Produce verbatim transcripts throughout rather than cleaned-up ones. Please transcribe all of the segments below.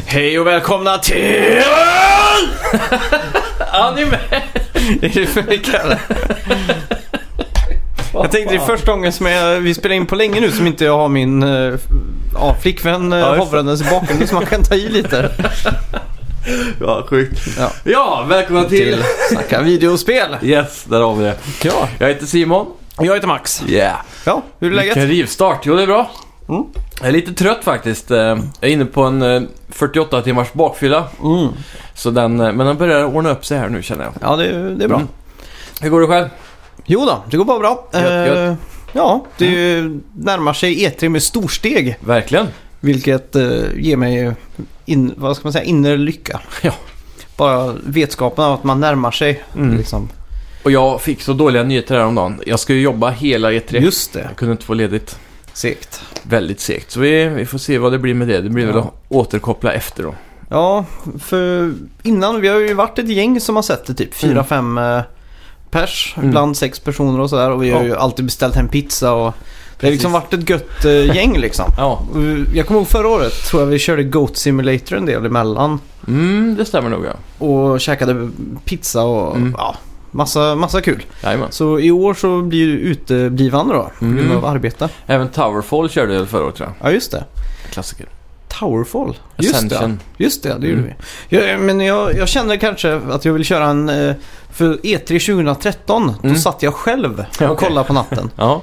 Hej och välkomna till Anime. Är det för mycket? Jag tänkte det är första gången som jag, vi spelar in på länge nu som inte jag har min äh, ja, flickvän äh, hovrandes i bakgrunden så man kan ta i lite. Ja, sjukt. Ja, ja välkomna till, till Snacka videospel. Yes, där har vi det. Ja. Jag heter Simon. Jag heter Max. Yeah. Ja, hur är läget? Vilken rivstart. Jo, det är bra. Mm. Jag är lite trött faktiskt. Jag är inne på en fyrtioåtta timmars bakfylla. Mm. Så den, men den börjar ordna upp sig här nu, känner jag. Ja, det, det är bra. Mm. Hur går det själv? Jo då, det går bara bra. Gött, gött. Uh, ja, det mm. närmar sig E tre med storsteg. Verkligen. Vilket uh, ger mig in, vad ska man säga, inre lycka. Ja. Bara vetskapen av att man närmar sig. Mm. Liksom. Och jag fick så dåliga nyheter här om dagen. Jag ska ju jobba hela E tre. Just det. Jag kunde inte få ledigt. Segt. Väldigt segt. Så vi, vi får se vad det blir med det. Det blir ja. väl att återkoppla efter då. Ja, för innan, vi har ju varit ett gäng som har sett det typ. Fyra, mm. fem eh, pers, mm. bland sex personer och sådär. Och vi har ja. ju alltid beställt hem pizza och det har liksom varit ett gött eh, gäng liksom. Ja. Jag kommer ihåg förra året, tror jag vi körde Goat Simulator en del emellan. Mm, det stämmer nog, ja. Och käkade pizza och mm. ja, massa, massa kul. Jajamän. Så i år så blir det uteblivande då, på grund av arbete. Även Towerfall körde jag förra året, tror jag. Ja, just det. Klassiker. Towerfall. Just Ascension. det. Just det, det gjorde mm. vi. Jag, men jag, jag kände kanske att jag vill köra en... För E tre tjugohundratretton, mm. då satt jag själv och okay. kollade på natten. Ja.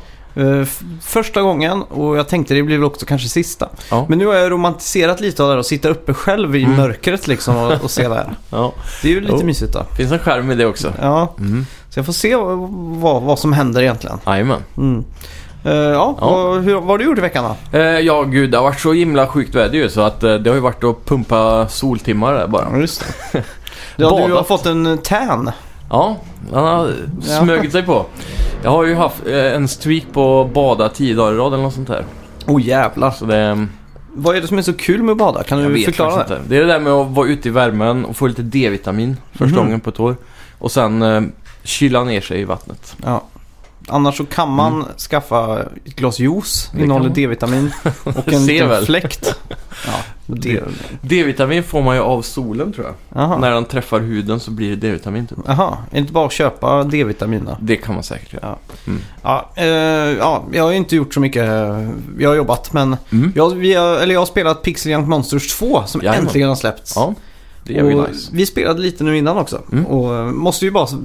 Första gången, och jag tänkte det blir väl också kanske sista. Ja. Men nu har jag romantiserat lite av det och sitta uppe själv i mm. mörkret liksom och, och se det här. Ja. Det är ju lite oh. mysigt då. Finns en skärm med det också. Ja, mm. så jag får se vad, vad, vad som händer egentligen. Jajamän. Mm. Uh, ja, ja. Och hur, vad har du gjort i veckan då? Uh, ja, gud, det har varit så himla sjukt väder ju, så att uh, det har ju varit att pumpa soltimmar där bara. Ja, just det. Ja, du har fått en tan. Ja, han har smögit sig på. Jag har ju haft uh, en streak på att bada tio dagar i rad eller något sånt här. Oh jävlar. Så det, um... Vad är det som är så kul med att bada? Kan du förklara det? Inte. Det är det där med att vara ute i värmen och få lite D-vitamin första mm. gången på ett år. Och sen uh, kyla ner sig i vattnet. Ja. Annars så kan man mm. skaffa ett glas juice, innehåller D-vitamin och en liten fläkt. Ja, D- D-vitamin får man ju av solen, tror jag. Aha. När den träffar huden så blir det D-vitamin typ. Jaha, är det inte bara att köpa D-vitamin då? Det kan man säkert göra. Ja. Mm. Ja, eh, ja, jag har inte gjort så mycket. Jag har jobbat, men mm. jag, vi har, eller jag har spelat Pixel Junk Monsters två som Jajamän. äntligen har släppts. Ja, det är ju nice. Vi spelade lite nu innan också. Mm. Och måste ju bara...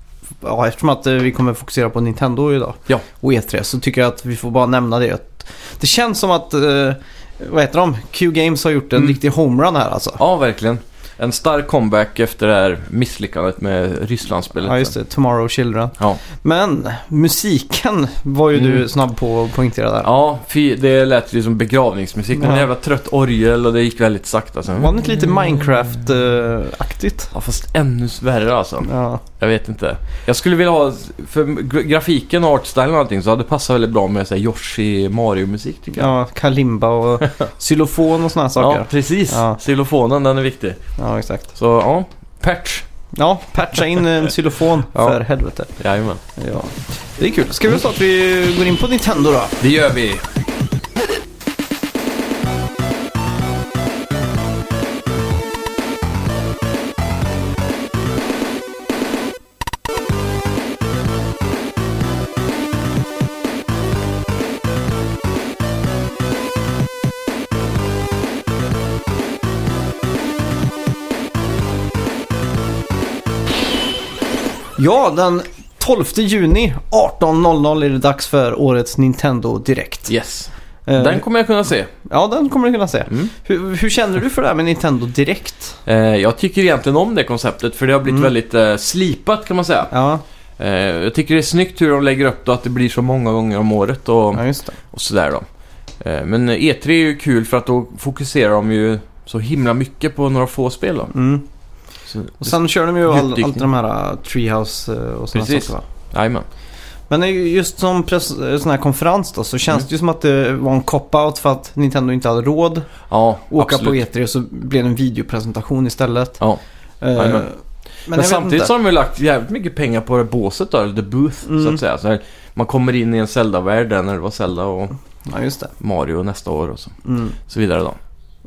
Ja, eftersom att vi kommer fokusera på Nintendo idag ja. och E tre, så tycker jag att vi får bara nämna det. Det känns som att, eh, vad heter de? Q-Games har gjort en mm. riktig homerun här alltså. Ja, verkligen. En stark comeback efter det här misslyckandet med Rysslandsspelet. Ja, just det. Tomorrow Children. Ja. Men musiken var ju mm. du snabb på att poängtera där. Ja, det lät ju som begravningsmusik. Ja. En jävla trött orgel och det gick väldigt sakta. Så. Var det inte lite Minecraft-aktigt? Ja, fast ännu värre alltså. Ja. Jag vet inte. Jag skulle vilja ha, för grafiken och artstylen och allting så hade det passat väldigt bra med så här Yoshi Mario-musik, tycker jag. Ja, kalimba och xylofon och såna här saker. Ja, precis. Ja. Xylofonen, den är viktig. Ja, exakt. Så, ja, patch. Ja, patcha in en xylofon ja. för helvete. Jajamän. Ja. Det är kul. Ska vi så att vi går in på Nintendo då? Det gör vi. Ja, den tolfte juni arton noll noll är det dags för årets Nintendo Direct. Yes. Den kommer jag kunna se. Ja, den kommer du kunna se. Mm. Hur, hur känner du för det här med Nintendo Direct? Eh, jag tycker egentligen om det konceptet, för det har blivit mm. väldigt eh, slipat, kan man säga. Ja. Eh, jag tycker det är snyggt hur de lägger upp det, att det blir så många gånger om året och, ja, just det. och sådär då. Eh, men E tre är ju kul för att då fokuserar de ju så himla mycket på några få spel då. Mm. Så, och sen kör de ju all, allt de här Treehouse och sådana saker, va? Jajamän. Men just som press, sån här konferens då, så känns mm. det ju som att det var en cop-out för att Nintendo inte hade råd ja, åka absolut. på E tre, så blev det en videopresentation istället. Ja. Uh, men, men samtidigt så har de ju lagt jävligt mycket pengar på det båset då, eller the booth, mm. så att säga. Så här, man kommer in i en Zelda-värld när det var Zelda och ja, just det. Mario nästa år och så, mm. så vidare då.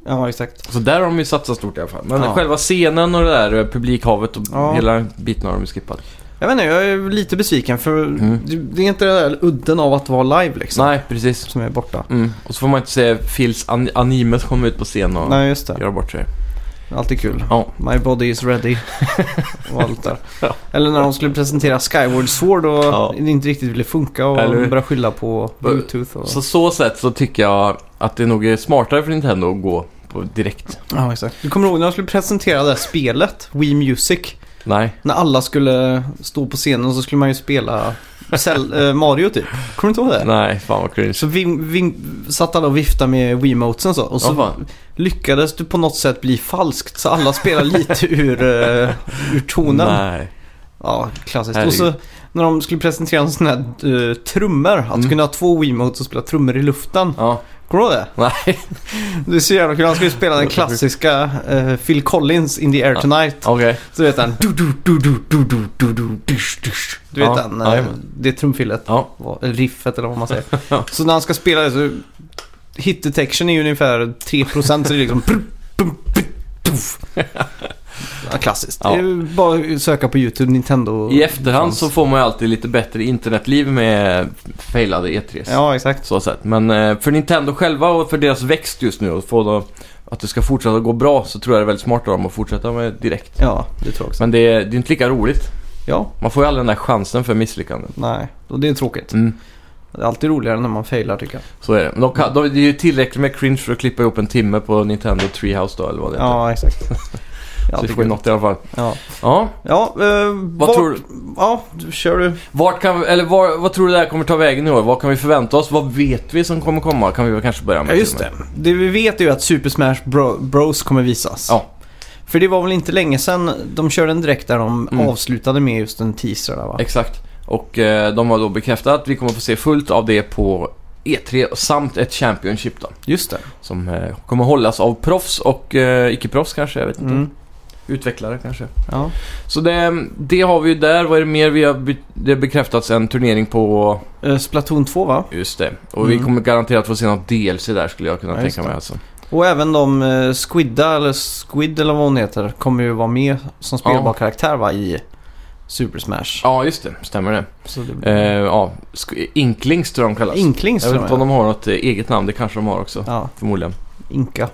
Ja, exakt. Så där har de ju satsat stort i alla fall. Men ja. själva scenen och det där publikhavet och ja. hela biten har de ju skippat. Jag vet inte, jag är lite besviken för mm. det är inte det där udden av att vara live liksom. Nej, precis. Som är borta. Mm. Och så får man inte se Phils an- animet komma ut på scen och Nej, just det. göra bort sig. Alltid kul. Ja. My body is ready. Och allt där. Ja. Eller när de skulle presentera Skyward Sword och ja. det inte riktigt ville funka och Eller... börja skylla på Bluetooth. Och... Så så sätt så tycker jag att det nog är smartare för Nintendo att gå på direkt. Ja, exakt. Du kommer ihåg när de skulle presentera det här spelet, Wii Music? Nej. När alla skulle stå på scenen och så skulle man ju spela Cell, äh, Mario typ. Kommer du inte ihåg det? Nej, fan vad cringe. Så vi, vi satt alla och viftade med Wiimotesen så. Och så ja, lyckades du på något sätt bli falskt. Så alla spelar lite ur, uh, ur tonen. Nej. Ja, klassiskt. Herregud. Och så när de skulle presentera en sån här uh, trummor. Att mm. du kunde ha två Wiimotes och spela trummor i luften. Ja. Kommer du ihåg det? Nej. Du ser jävla kul. Han skulle spela den klassiska uh, Phil Collins In the Air Tonight. Ja. Okay. Så vet han. Du, du, du, du, du, du, du, du, du, du vet han. Uh, det är trumfillet. Ja. Eller riffet eller vad man säger. Så när han ska spela det så hit detection är ju ungefär tre procent så det är liksom ja, klassiskt. Ja. Det är bara att söka på YouTube, Nintendo. I efterhand fans. Så får man ju alltid lite bättre internetliv med failade E tre. Ja, exakt. Så sätt. Men eh, för Nintendo själva och för deras växt just nu och få då, att det ska fortsätta gå bra så tror jag det är väldigt smart av dem att fortsätta med direkt. Ja, det tror jag också. Men det är, det är inte lika roligt. Ja. Man får ju aldrig den där chansen för misslyckande. Nej, och det är tråkigt. Mm. Det är alltid roligare när man failar tycker jag. Så är det. Men de kan, de, det är ju tillräckligt med cringe för att klippa ihop en timme på Nintendo Treehouse då, eller vad det heter. Ja, exakt. Så det får ju något i alla fall. Ja. Ja. Ja, eh, vad vart, tror du? Ja, kör du. Vart kan vi, eller var, vad tror du det här kommer ta vägen i år? Vad kan vi förvänta oss? Vad vet vi som kommer komma? Kan vi väl kanske börja med? Ja, just det. Det vi vet är ju att Super Smash Bro- Bros kommer visas. Ja. För det var väl inte länge sedan de körde en direkt där de mm. avslutade med just en teaser där, va? Exakt. Och eh, de har då bekräftat att vi kommer få se fullt av det på E tre samt ett Championship då. Just det. Som eh, kommer hållas av proffs och eh, icke-proffs kanske, jag vet inte. Mm. Utvecklare kanske. Ja. Så det, det har vi ju där. Vad är det mer? Vi har be- det har bekräftats en turnering på... Uh, Splatoon två, va? Just det. Och mm. vi kommer garanterat få se något D L C där skulle jag kunna ja, tänka mig alltså. Och även de uh, Squidda eller Squid eller vad hon heter kommer ju vara med som spelbar ja. karaktär, va, i Super Smash. Ja, just det. Stämmer det. Så det blir... uh, ja. Sk- Inklings tror jag de kallas. Inklings jag tror jag. Jag vet inte om de har något eget namn. Det kanske de har också. Ja. Förmodligen. Inka.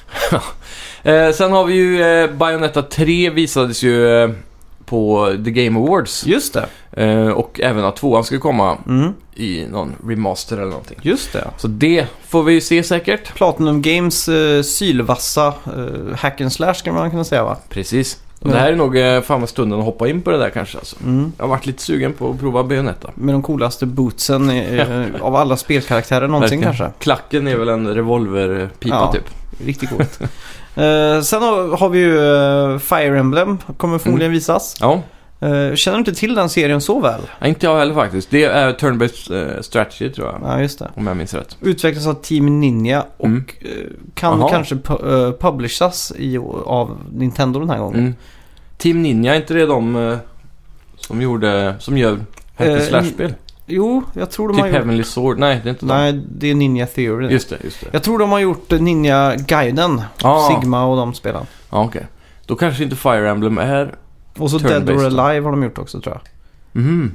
eh, sen har vi ju eh, Bayonetta tre visades ju eh, på The Game Awards. Just det. Eh, och även att tvåan skulle komma mm. i någon remaster eller någonting. Just det. Så det får vi ju se säkert. Platinum Games eh, sylvassa eh, hack and slash kan man kunna säga, va? Precis. Och det här är nog eh, fan med stunden att hoppa in på det där kanske. Alltså. Mm. Jag har varit lite sugen på att prova Bayonetta. Med de coolaste bootsen eh, av alla spelkaraktärer någonsin kanske. Klacken är väl en revolverpipa ja, typ. Riktigt coolt. eh, sen har, har vi ju uh, Fire Emblem. Kommer förmodligen mm. visas. Ja. Uh, känner du inte till den serien så väl? Ja, inte jag heller faktiskt. Det är turn-based uh, strategy tror jag. Ja, just det. Om jag minns rätt. Utvecklas av Team Ninja och mm. uh, kan Aha. kanske pu- uh, publishas i, av Nintendo den här gången. Mm. Team Ninja, är inte det de uh, som gjorde, som gör hack and slash-spel? Jo, jag tror de typ har gjort... Heavenly Sword, nej det är inte Nej, de. det är Ninja Theory. Just det, just det. Jag tror de har gjort Ninja Gaiden, ah. Sigma och de spelar. Ja, ah, okej. Okay. Då kanske inte Fire Emblem är och så Dead or Alive har de gjort också, tror jag. Mhm.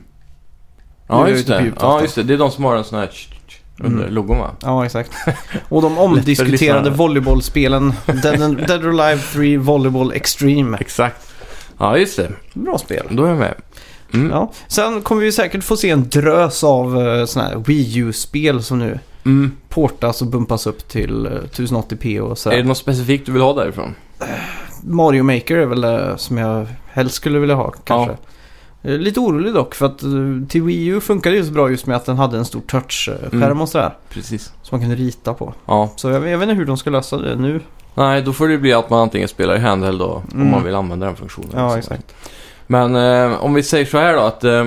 Ja, just det. Ja, just det. Det är de som har en sån här under mm. logon, va? Ja, exakt. Och de omdiskuterade volleybollspelen Dead, Dead or Alive tre Volleyball Extreme. Exakt. Ja, just det. Bra spel. Då är jag med. Mm. Ja. Sen kommer vi säkert få se en drös av uh, såna här Wii U-spel som nu mm. portas och bumpas upp till uh, tusen åttio p och så. Är det något specifikt du vill ha därifrån? Uh, Mario Maker är väl uh, som jag helst skulle vilja ha, kanske. Ja. Uh, lite orolig dock, för att uh, till Wii U funkade det ju så bra just med att den hade en stor touch-skärm mm. och sådär. Precis. Som man kunde rita på. Ja. Så jag, jag vet inte hur de ska lösa det nu. Nej, då får det bli att man antingen spelar i handheld då, mm. om man vill använda den funktionen. Ja, exakt. Men eh, om vi säger så här då, att eh,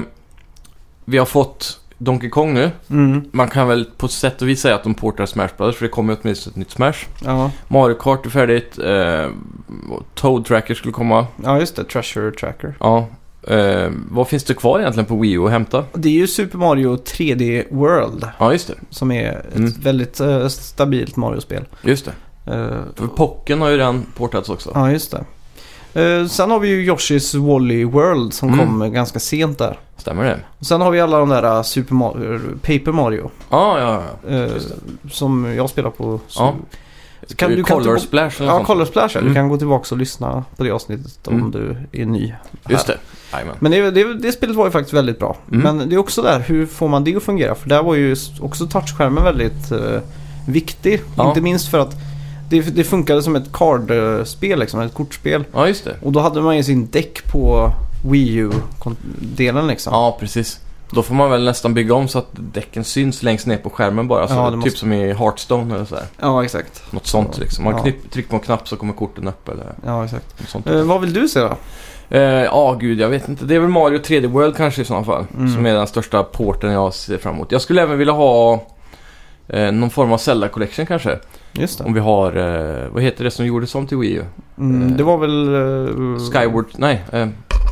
vi har fått Donkey Kong nu. Mm. Man kan väl på sätt och vis säga att de portar Smash Brothers, för det kommer åtminstone ett nytt Smash. Ja. Mario Kart är färdigt. Eh, Toad Tracker skulle komma. Ja, just det. Treasure Tracker. Ja. Eh, vad finns det kvar egentligen på Wii U att hämta? Det är ju Super Mario tre D World. Ja, just det. Som är ett mm. väldigt uh, stabilt Mario-spel. Just det. Uh, För Pocken har ju redan portats också. Ja, just det. Uh, sen har vi ju Yoshi's Woolly World som mm. kom ganska sent där. Stämmer det? Och sen har vi alla de där Super Mario, Paper Mario. Ah, ja, ja. Uh, som jag spelar på. Så ja. Kan, du kan Color Splash eller Ja, sånt. Color Splash. Mm. Du kan gå tillbaka och lyssna på det avsnittet om mm. du är ny här. Just det. Amen. Men det, det, det spelet var ju faktiskt väldigt bra. Mm. Men det är också där, hur får man det att fungera? För där var ju också touchskärmen väldigt uh, viktig. Ja. Inte minst för att det, det funkade som ett cardspel, liksom, ett kortspel. Ja, just det. Och då hade man ju sin däck på Wii U-delen liksom. Ja, precis. Då får man väl nästan bygga om så att däcken syns längst ner på skärmen bara. Så ja, typ måste... som i Hearthstone eller så här. Ja, exakt. Något sånt ja. liksom. Man ja. knipp, trycker på en knapp så kommer korten upp eller ja, exakt. Något sånt. Eh, vad vill du se då? Ja, eh, ah, gud, jag vet inte. Det är väl Mario tre D World kanske i sådana fall. Mm. Som är den största porten jag ser fram emot. Jag skulle även vilja ha eh, någon form av Zelda Collection kanske. Just det. Om vi har, eh, vad heter det som gjordes om till Wii U? Mm, eh, det var väl... Uh, Skyward, nej. Eh,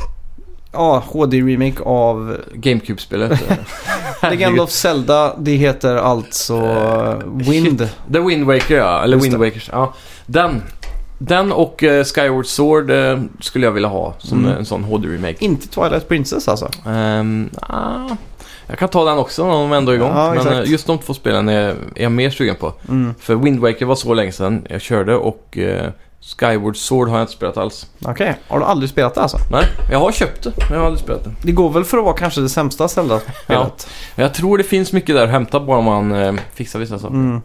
Ja, H D-remake av GameCube-spelet. Legend of Zelda, det heter alltså uh, Wind. Shit. The Wind Waker, ja. Eller Wind Wakers. Ja. Den, den och uh, Skyward Sword uh, skulle jag vilja ha som mm. en sån H D-remake. Inte Twilight Princess alltså? Um, ah, jag kan ta den också om de ändå är igång. Ja, men uh, just de två spelen är, är jag mer sugen på. Mm. För Wind Waker var så länge sedan jag körde och... Uh, Skyward Sword har jag inte spelat alls. Okej, okay. Har du aldrig spelat det alltså? Nej, jag har köpt det, men jag har aldrig spelat det. Det går väl för att vara kanske det sämsta Zelda-spelet? Ja, jag tror det finns mycket där att hämta bara om man eh, fixar vissa saker. Mm.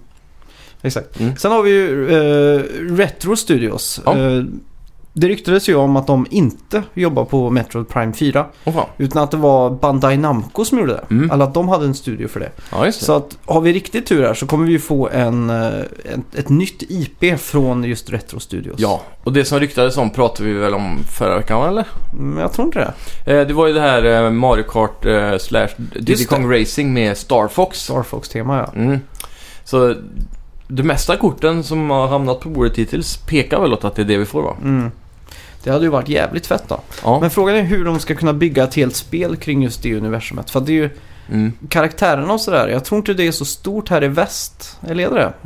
Exakt. Mm. Sen har vi ju eh, Retro Studios. Ja. Eh, det ryktades ju om att de inte jobbar på Metroid Prime fyra. Oh, utan att det var Bandai Namco som gjorde det. Mm. Eller att de hade en studio för det. Ja, just det. Så att har vi riktigt tur här så kommer vi få en, en, ett nytt I P från just Retro Studios. Ja, och det som ryktades om pratade vi väl om förra veckan, eller? Mm, jag tror inte det. Eh, det var ju det här eh, Mario Kart eh, slash Diddy Kong Racing med Star Fox. Star Fox-tema, ja. Mm. Så de mesta korten som har hamnat på bordet hittills pekar väl åt att det är det vi får, va? Mm. Det hade ju varit jävligt fett då. Ja. Men frågan är hur de ska kunna bygga ett helt spel kring just det universumet. För det är ju mm. karaktärerna och sådär. Jag tror inte det är så stort här i väst. Eller är det det?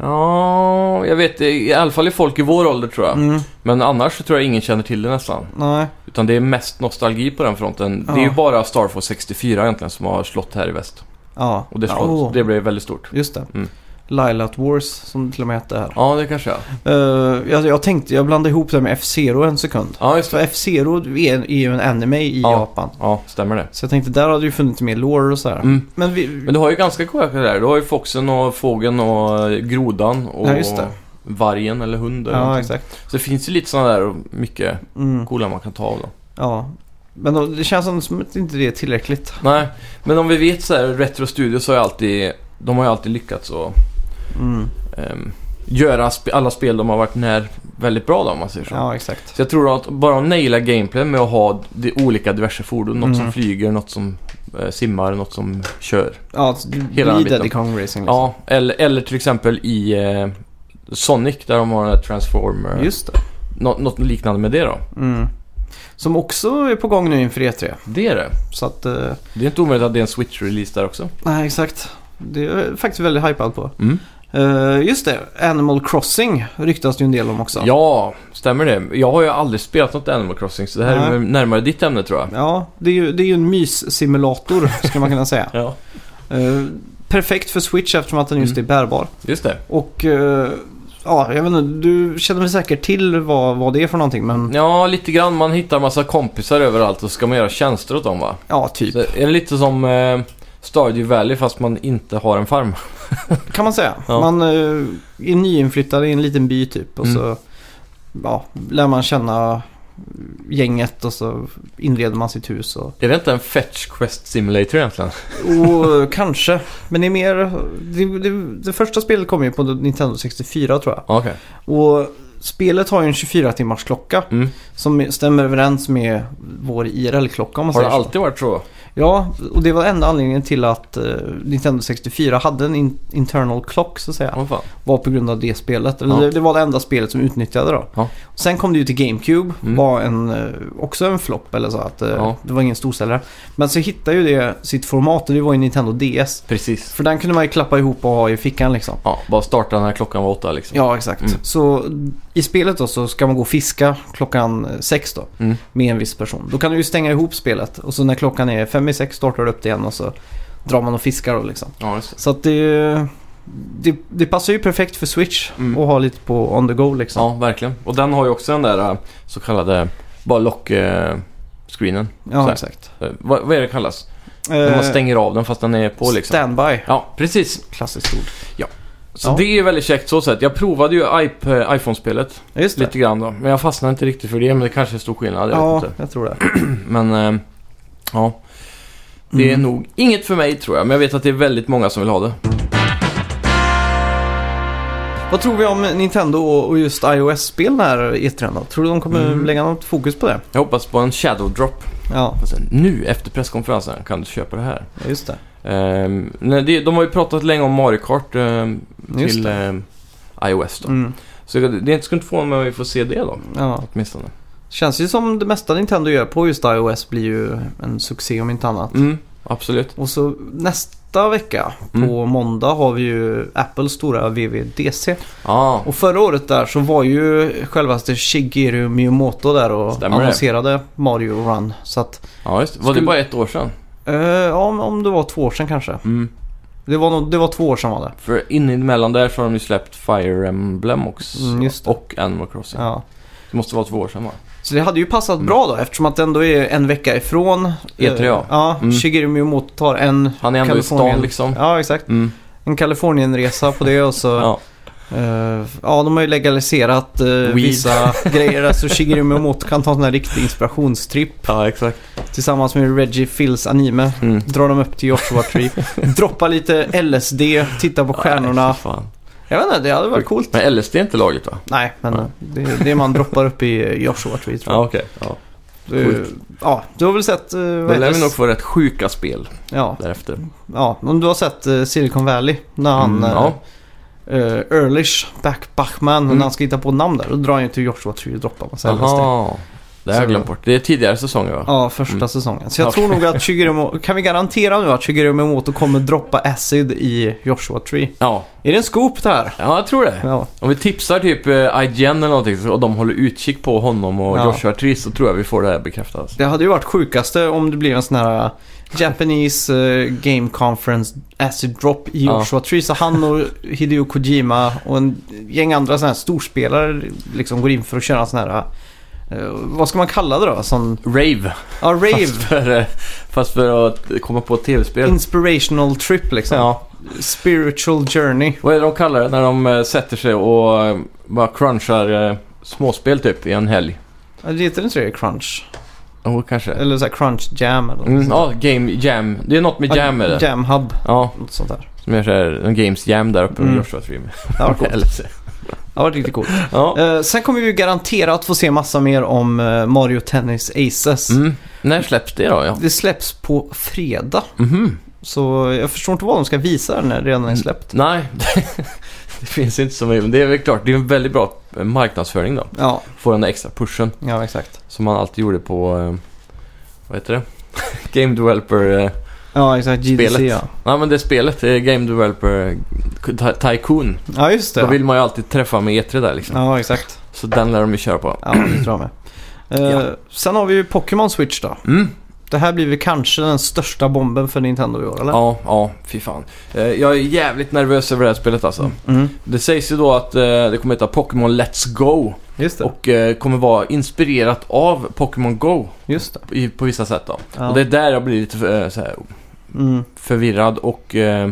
Ja, jag vet. I alla fall är folk i vår ålder tror jag. Mm. Men annars så tror jag ingen känner till det nästan. Nej. Utan det är mest nostalgi på den fronten. Ja. Det är ju bara Star Fox sextiofyra egentligen som har slått här i väst. Ja. Och det, slått, oh. det blev väldigt stort. Just det. Mm. Lilat Wars som det till och med heter här. Ja, det kanske jag. Uh, jag, jag tänkte, jag blandade ihop det med F-Zero en sekund. Ja, just det. För F-Zero är, är ju en anime i ja. Japan. Ja, stämmer det. Så jag tänkte, där hade ju funnits mer lore och sådär. Mm. Men, vi, Men du har ju ganska coola där. Du har ju foxen och fågeln och grodan och ja, just det. vargen eller hund. Eller ja, någonting. Exakt. Så det finns ju lite sådana där och mycket mm. coola man kan ta av då. Ja. Men då, det känns som att inte det är tillräckligt. Nej, men om vi vet så här, Retro Studios har ju alltid, de har ju alltid lyckats och mm. um, göra sp- alla spel de har varit när väldigt bra då, om man säger så. Ja, exakt. Så jag tror att bara de nailar gameplay med att ha de olika diverse fordon, något mm. som flyger, något som uh, simmar, något som kör. Ja, hela i Diddy Kong Racing. Liksom. Ja, eller, eller till exempel i uh, Sonic där de har en Transformer. Just det. Nå- något liknande med det då. Mm. Som också är på gång nu inför E tre. Det är det. Så att, uh, det är inte omöjligt att det är en Switch-release där också. Nej, exakt. Det är jag faktiskt väldigt hypad på. Mm. Uh, just det, Animal Crossing ryktas det ju en del om också. Ja, stämmer det. Jag har ju aldrig spelat något Animal Crossing, så det här Nej. är närmare ditt ämne tror jag. Ja, det är ju, det är ju en mys-simulator skulle man kunna säga. Ja. Uh, perfekt för Switch eftersom att den just mm. är bärbar. Just det. Och... Uh, Ja, jag vet inte, du känner väl säkert till vad, vad det är för någonting, men... Ja, lite grann. Man hittar massa kompisar överallt och ska man göra tjänster åt dem, va? Ja, typ. Så är det lite som eh, Stardew Valley fast man inte har en farm? Kan man säga. Ja. Man eh, är nyinflyttad i en liten by typ och mm. så ja, lär man känna gänget och så inreder man sitt hus. Och... Är det inte en Fetch Quest Simulator egentligen? Och, kanske. Men det är mer... Det, det, det första spelet kommer ju på Nintendo sextiofyra tror jag. Okay. Och spelet har ju en tjugofyra timmars klocka mm. som stämmer överens med vår I R L-klocka. Om man har säger det alltid så. varit så? Ja, och det var enda anledningen till att uh, Nintendo sextiofyra hade en in- internal clock så att säga. Oh, var på grund av det spelet. Eller ja. det, det var det enda spelet som utnyttjade det då. Ja. Sen kom det ju till GameCube, mm. var en, uh, också en flopp eller så att uh, ja. det var ingen storsäljare. Men så hittade ju det sitt format och det var ju Nintendo D S. Precis. För den kunde man ju klappa ihop och ha i fickan liksom. Ja, bara starta när klockan var åtta liksom. Ja, exakt. Mm. Så i spelet då så ska man gå och fiska klockan sex då mm. med en viss person. Då kan du ju stänga ihop spelet och så när klockan är fem i sex startar du upp det igen och så drar man och fiskar då liksom. Ja, just det. Så att det, det, det passar ju perfekt för Switch mm. och ha lite på on the go liksom. Ja, verkligen. Och den har ju också den där så kallade bara lock-screenen. Ja, så exakt. Vad, vad är det kallas? När man stänger av den fast den är på liksom. Standby. Ja, precis. Klassiskt ord. Ja. Så ja. det är väldigt käckt så sätt. Jag provade ju iP- iPhone-spelet lite grann då. Men jag fastnade inte riktigt för det. Men det kanske är stor skillnad. Jag ja, vet inte. jag tror det. Men äh, ja, det är mm. nog inget för mig tror jag. Men jag vet att det är väldigt många som vill ha det. Vad tror vi om Nintendo och just iOS-spel här i E tre då? Tror du de kommer mm. lägga något fokus på det? Jag hoppas på en Shadow Drop. Ja. Sen, nu efter presskonferensen kan du köpa det här. Ja, just det. Um, nej, det, de har ju pratat länge om Mario Kart um, till um, iOS då. Mm. Så det, det är inte skulle inte få mig att vi får se det då. Ja. Åtminstone. Känns ju som det mesta Nintendo gör på just iOS blir ju en succé om inte annat. Mm, absolut. Och så nästa vecka mm. på måndag har vi ju Apples stora W W D C. Ah. Och förra året där så var ju självaste Shigeru Miyamoto där och Stämmer annonserade det? Mario Run. Så att ja, just. Var skulle... det bara ett år sedan? Uh, ja, om, om det var två år sedan kanske. Mm. Det var, nog, det var två år sedan var det. För inemellan där så har de ju släppt Fire Emblem också, mm, och Animal Crossing. Ja. Det måste vara två år sedan va? Så det hade ju passat mm. bra då eftersom att det ändå är en vecka ifrån E tre ja. Uh, ja, mm. Shigeru Miyamoto tar en Han är ändå i stan liksom. Ja, exakt. Mm. En Kalifornienresa på det och så... ja. Uh, ja, de har ju legaliserat uh, vissa grejer. Alltså Shigeru Miyamoto kan ta en här riktig inspirationstripp. Ja, exakt. Tillsammans med Reggie Fils anime. Mm. Drar de upp till Joshua Tree. Droppa lite L S D. Titta på stjärnorna. Nej, fan. Jag vet inte, det hade varit coolt. Men L S D är inte lagligt va? Nej, men ja. det, det man droppar upp i Joshua Tree tror jag. Ja, okej. Okay. Ja. Du, ja, du har väl sett... Uh, Då lär vi nog få rätt sjuka spel ja. därefter. Ja, om du har sett uh, Silicon Valley när han... Mm, ja. Uh, Earlish, Back Bachman, mm. när han ska hitta på namn där. Då drar han ju till Joshua Tree och droppar massa L S D. Det har jag glömt bort. Det är tidigare säsonger va? Ja, första mm. säsongen. Så jag okay. tror nog att Shigeru... Kan vi garantera nu att Shigeru Miyamoto kommer droppa acid i Joshua Tree? Ja. Är det en scoop där? Ja, jag tror det. Ja. Om vi tipsar typ I G N eller någonting och de håller utkik på honom och ja. Joshua Tree så tror jag vi får det här bekräftat. Det hade ju varit sjukaste om det blir en sån här Japanese uh, Game Conference acid drop i Joshua ja. Tree. Så han och Hideo Kojima och en gäng andra såna här storspelare liksom går in för att köra en sån här... Uh, vad ska man kalla det då? Sån... Rave. Ja, rave. Fast för, fast för att komma på ett tv-spel. Inspirational trip liksom. Ja. Spiritual journey. Vad är det de kallar det när de uh, sätter sig och uh, bara crunchar uh, småspel typ i en helg? Ja, det heter inte det crunch. Oh, kanske. Eller så här crunch jam eller mm, ja, game jam. Det är något med jam med det. Jam hub. Ja. Något sånt där. Som är så här, en games jam där uppe mm. med Joshua Tree. Det var coolt. Det var riktigt coolt. Ja. Uh, sen kommer vi ju garanterat få se massa mer om uh, Mario Tennis Aces. Mm. När släpps det då? Ja. Det släpps på fredag. Mm-hmm. Så jag förstår inte vad de ska visa när det redan är släppt. Mm. Nej, det finns inte så mycket. Men det är väl klart, det är en väldigt bra marknadsföring då. Ja. Får den där extra pushen. Ja, exakt. Som man alltid gjorde på, uh, vad heter det? Game Developer... Uh, Ja, exakt. G D C, spelet. Ja. Ja, men det spelet det är Game Developer Tycoon. Ja, just det. Då vill man ju alltid träffa med E tre där liksom. Ja, exakt. Så den lär de ju köra på. Ja, det tror jag med. Uh, ja. Sen har vi ju Pokémon Switch då. Mm. Det här blir väl kanske den största bomben för Nintendo i år, eller? Ja, ja, fy fan. Uh, jag är jävligt nervös över det här spelet alltså. Mm. Det sägs ju då att uh, det kommer heta Pokémon Let's Go. Just det. Och uh, kommer vara inspirerat av Pokémon Go. Just det. I, på vissa sätt då. Ja. Och det är där jag blir lite uh, så här... Mm. förvirrad och eh,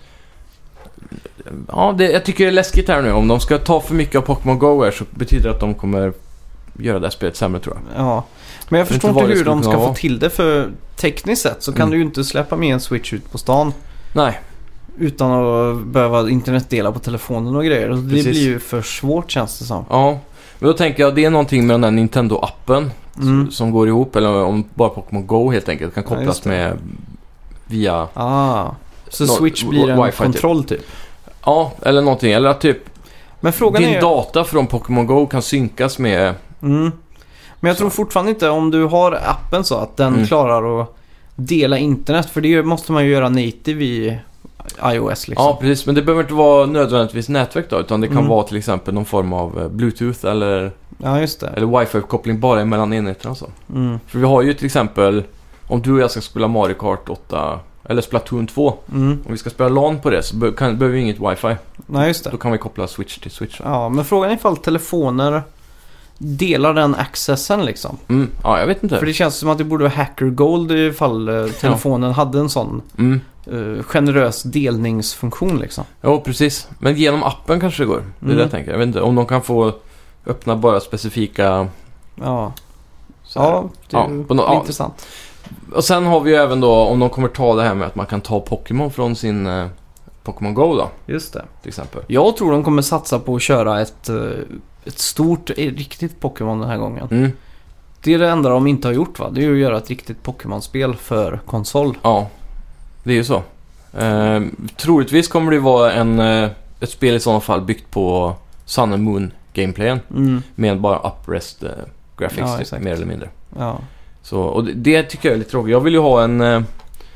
ja, det, jag tycker det är läskigt här nu. Om de ska ta för mycket av Pokémon Go här så betyder det att de kommer göra det här spelet sämre tror jag. Ja, men jag förstår inte, inte hur de ska få till det för tekniskt sett så kan mm. du ju inte släppa med en Switch ut på stan. Nej. Utan att behöva internetdela på telefonen och grejer. Det Precis. Blir ju för svårt känns det som. Ja, men då tänker jag det är någonting med den där Nintendo-appen mm. som går ihop, eller om bara Pokémon Go helt enkelt kan kopplas ja, med via... Ah, så no, Switch blir en kontroll typ. typ? Ja, eller någonting. Eller att typ men frågan din är... data från Pokémon Go kan synkas med... Mm. Men jag så. tror fortfarande inte om du har appen så att den mm. klarar att dela internet. För det måste man ju göra native i iOS liksom. Ja, precis. Men det behöver inte vara nödvändigtvis nätverk då. Utan det kan mm. vara till exempel någon form av Bluetooth eller, ja, just det. eller Wi-Fi-koppling bara mellan enheterna och så. Mm. För vi har ju till exempel, om du och jag ska spela Mario Kart åtta eller Splatoon två. Mm. Om vi ska spela LAN på det så be- kan, behöver vi inget Wi-Fi. Nej, just det. Då kan vi koppla Switch till Switch. Ja, men frågan är ifall telefoner delar den accessen liksom. Mm. Ja, jag vet inte. För det känns som att det borde vara hacker gold ifall uh, telefonen ja. hade en sån mm. uh, generös delningsfunktion liksom. Ja, precis. Men genom appen kanske det går. Det är mm. det jag tänker. Jag vet inte om de kan få öppna bara specifika... Ja, ja det är ja, no- ja. intressant. Och sen har vi ju även då, om de kommer ta det här med att man kan ta Pokémon från sin uh, Pokémon Go då. Just det. Till exempel. Jag tror de kommer satsa på att köra ett, uh, ett stort, riktigt Pokémon den här gången. Mm. Det är det enda de inte har gjort va? Det är ju att göra ett riktigt Pokémon-spel för konsol. Ja, det är ju så. Uh, troligtvis kommer det vara en, uh, ett spel i sådana fall byggt på Sun and Moon gameplayen. Mm. Med bara uprest uh, graphics ja, mer eller mindre. Ja. Så, och det, det tycker jag är lite tråkigt. Jag vill ju ha en uh,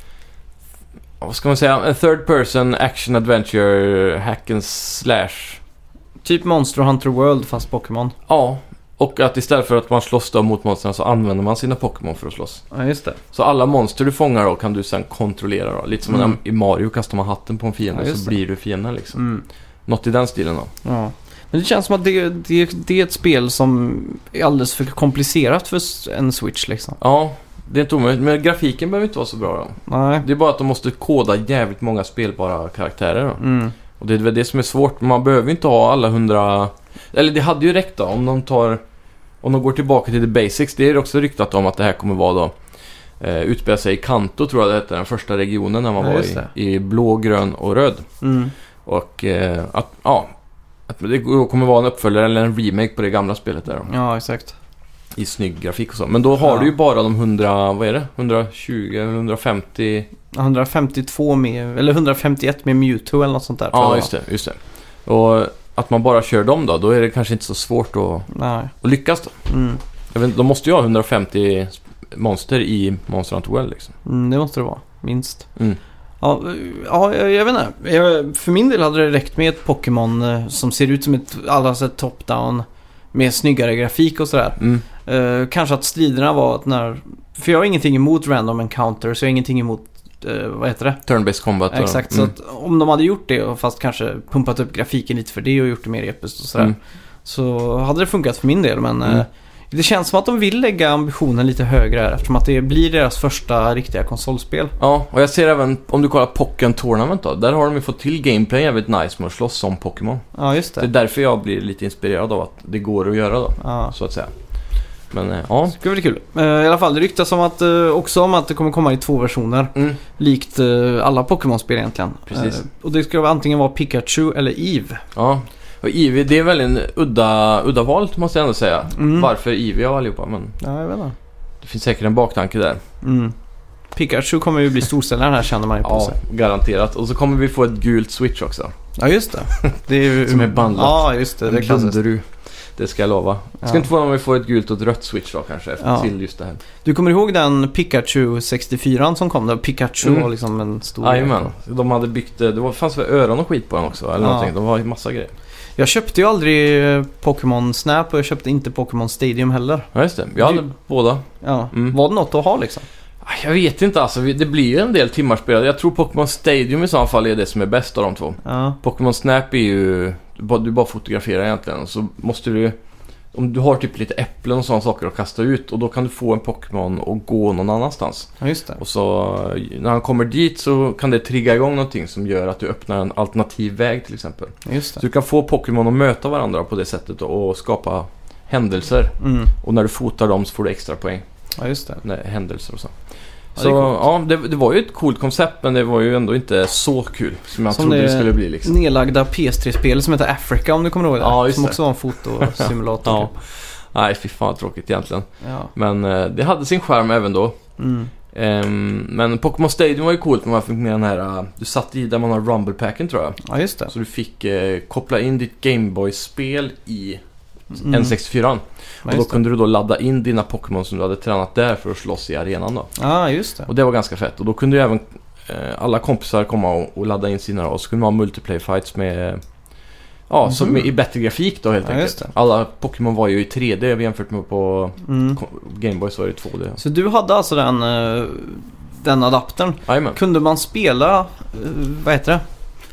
vad ska man säga, en third person action adventure hack and slash. Typ Monster Hunter World fast Pokémon. Ja, och att istället för att man slåss då mot monstren så använder man sina Pokémon för att slåss. Ja, just det. Så alla monster du fångar då kan du sen kontrollera då. Lite som mm. i Mario kastar man hatten på en fiende ja, så blir du fienden liksom. Mm. Något i den stilen då. Ja. Men det känns som att det, det, det är ett spel som är alldeles för komplicerat för en Switch liksom. Ja, det är inte omöjligt. Men grafiken behöver inte vara så bra då. Nej. Det är bara att de måste koda jävligt många spelbara karaktärer då. Mm. Och det är väl det som är svårt. Man behöver inte ha alla hundra... Eller det hade ju räckt då om de tar... Om de går tillbaka till the basics. Det är också ryktat om att det här kommer vara då... Eh, utspela sig i Kanto tror jag det heter. Den första regionen när man ja, var i, i blå, grön och röd. Mm. Och eh, att... Ja... Att det kommer vara en uppföljare eller en remake på det gamla spelet där då. Ja, exakt. I snygg grafik och så. Men då har ja. du ju bara de hundra, vad är det? hundratjugo eller hundrafemtio... hundrafemtiotvå med, eller hundrafemtioett med Mewtwo eller något sånt där. Ja, just det, just det. Och att man bara kör dem då, då är det kanske inte så svårt att, Nej. att lyckas då. Mm. Jag vet, de måste ju ha hundrafemtio monster i Monster Hunter World liksom. Mm, det måste det vara, minst. Mm. Ja, ja jag, jag vet inte. Jag, för min del hade det räckt med ett Pokémon som ser ut som ett alla sätt top-down med snyggare grafik och sådär. Mm. Uh, kanske att striderna var att när... För jag har ingenting emot random encounters, så jag har ingenting emot, uh, vad heter det? Turn-based combat. Ja, exakt, mm. så att om de hade gjort det, fast kanske pumpat upp grafiken lite för det och gjort det mer episkt och sådär, mm. så hade det funkat för min del, men... Mm. Uh, det känns som att de vill lägga ambitionen lite högre här, eftersom att det blir deras första riktiga konsolspel. Ja, och jag ser även, om du kollar Pokémon Tournament då, där har de ju fått till gameplay jävligt nice med att slåss som Pokémon. Ja, just det. Det är därför jag blir lite inspirerad av att det går att göra då, ja. så att säga. Men ja. Det ska bli kul. Uh, I alla fall, det ryktas om att, uh, också om att det kommer komma i två versioner. Mm. Likt uh, alla Pokémon-spel egentligen. Precis. Uh, och det ska antingen vara Pikachu eller Eve. Ja. Och Eevee, det är väl en udda, udda val måste jag ändå säga. Mm. Varför Eevee av allihopa, men ja, jag vet inte. Det finns säkert en baktanke där. Mm. Pikachu kommer ju bli storsäljare här, känner man ju på ja, sig. garanterat. Och så kommer vi få ett gult Switch också. Ja, just det. Det är ju... Som är bandlat. Ja, just det. Det är klassiskt. Det ska jag lova. Jag ska ja. inte få om vi får ett gult och ett rött Switch då kanske efter ja. till just det här. Du kommer ihåg den Pikachu sextiofyra som kom där? Pikachu mm. var liksom en stor... Jajamän. De hade byggt... Det var, fanns väl öron och skit på den också. Eller ja. någonting. De var en massa grejer. Jag köpte ju aldrig Pokémon Snap och jag köpte inte Pokémon Stadium heller. Ja, just det. Jag hade du... båda. Ja. Mm. Var det något att ha liksom? Jag vet inte alltså. Det blir ju en del timmar spelade. Jag tror Pokémon Stadium i så fall är det som är bäst av de två. Ja. Pokémon Snap är ju... Du bara, du bara fotograferar egentligen. Så måste du... Om du har typ lite äpplen och sådana saker att kasta ut, och då kan du få en Pokémon och gå någon annanstans. Ja, just det. Och så när han kommer dit så kan det trigga igång någonting som gör att du öppnar en alternativ väg till exempel. Just det. Så du kan få Pokémon att möta varandra på det sättet och skapa händelser. Mm. Och när du fotar dem så får du extra poäng. Ja, just det. Nej, händelser och så. Ja, så ja, det, det var ju ett coolt koncept, men det var ju ändå inte så kul som jag som trodde det, det skulle bli liksom. Nedlagda P S tre-spel som heter Africa, om du kommer ihåg det. Ja, just som det. också var en fotosimulator. Ja. Nej, fy fan tråkigt egentligen. Ja. Men eh, det hade sin charm även då. Mm. Um, men Pokémon Stadium var ju coolt när man fick med den här... Uh, du satt i där man har Rumble-packen tror jag. Ja, just det. Så du fick uh, koppla in ditt Gameboy-spel i mm. N sextiofyra. Ja, och då kunde du då ladda in dina Pokémon som du hade tränat där för att slåss i arenan då. Ja, just det. Och det var ganska fett. Och då kunde ju även uh, alla kompisar komma och, och ladda in sina då. Och så kunde man ha multiplayer fights med... Uh, Ja, mm. som i bättre grafik då helt ja, enkelt. Alla Pokémon var ju i tre D jämfört med på mm. Game Boy så var det två D. Så du hade alltså den, den adaptern. Amen. Kunde man spela, vad heter det?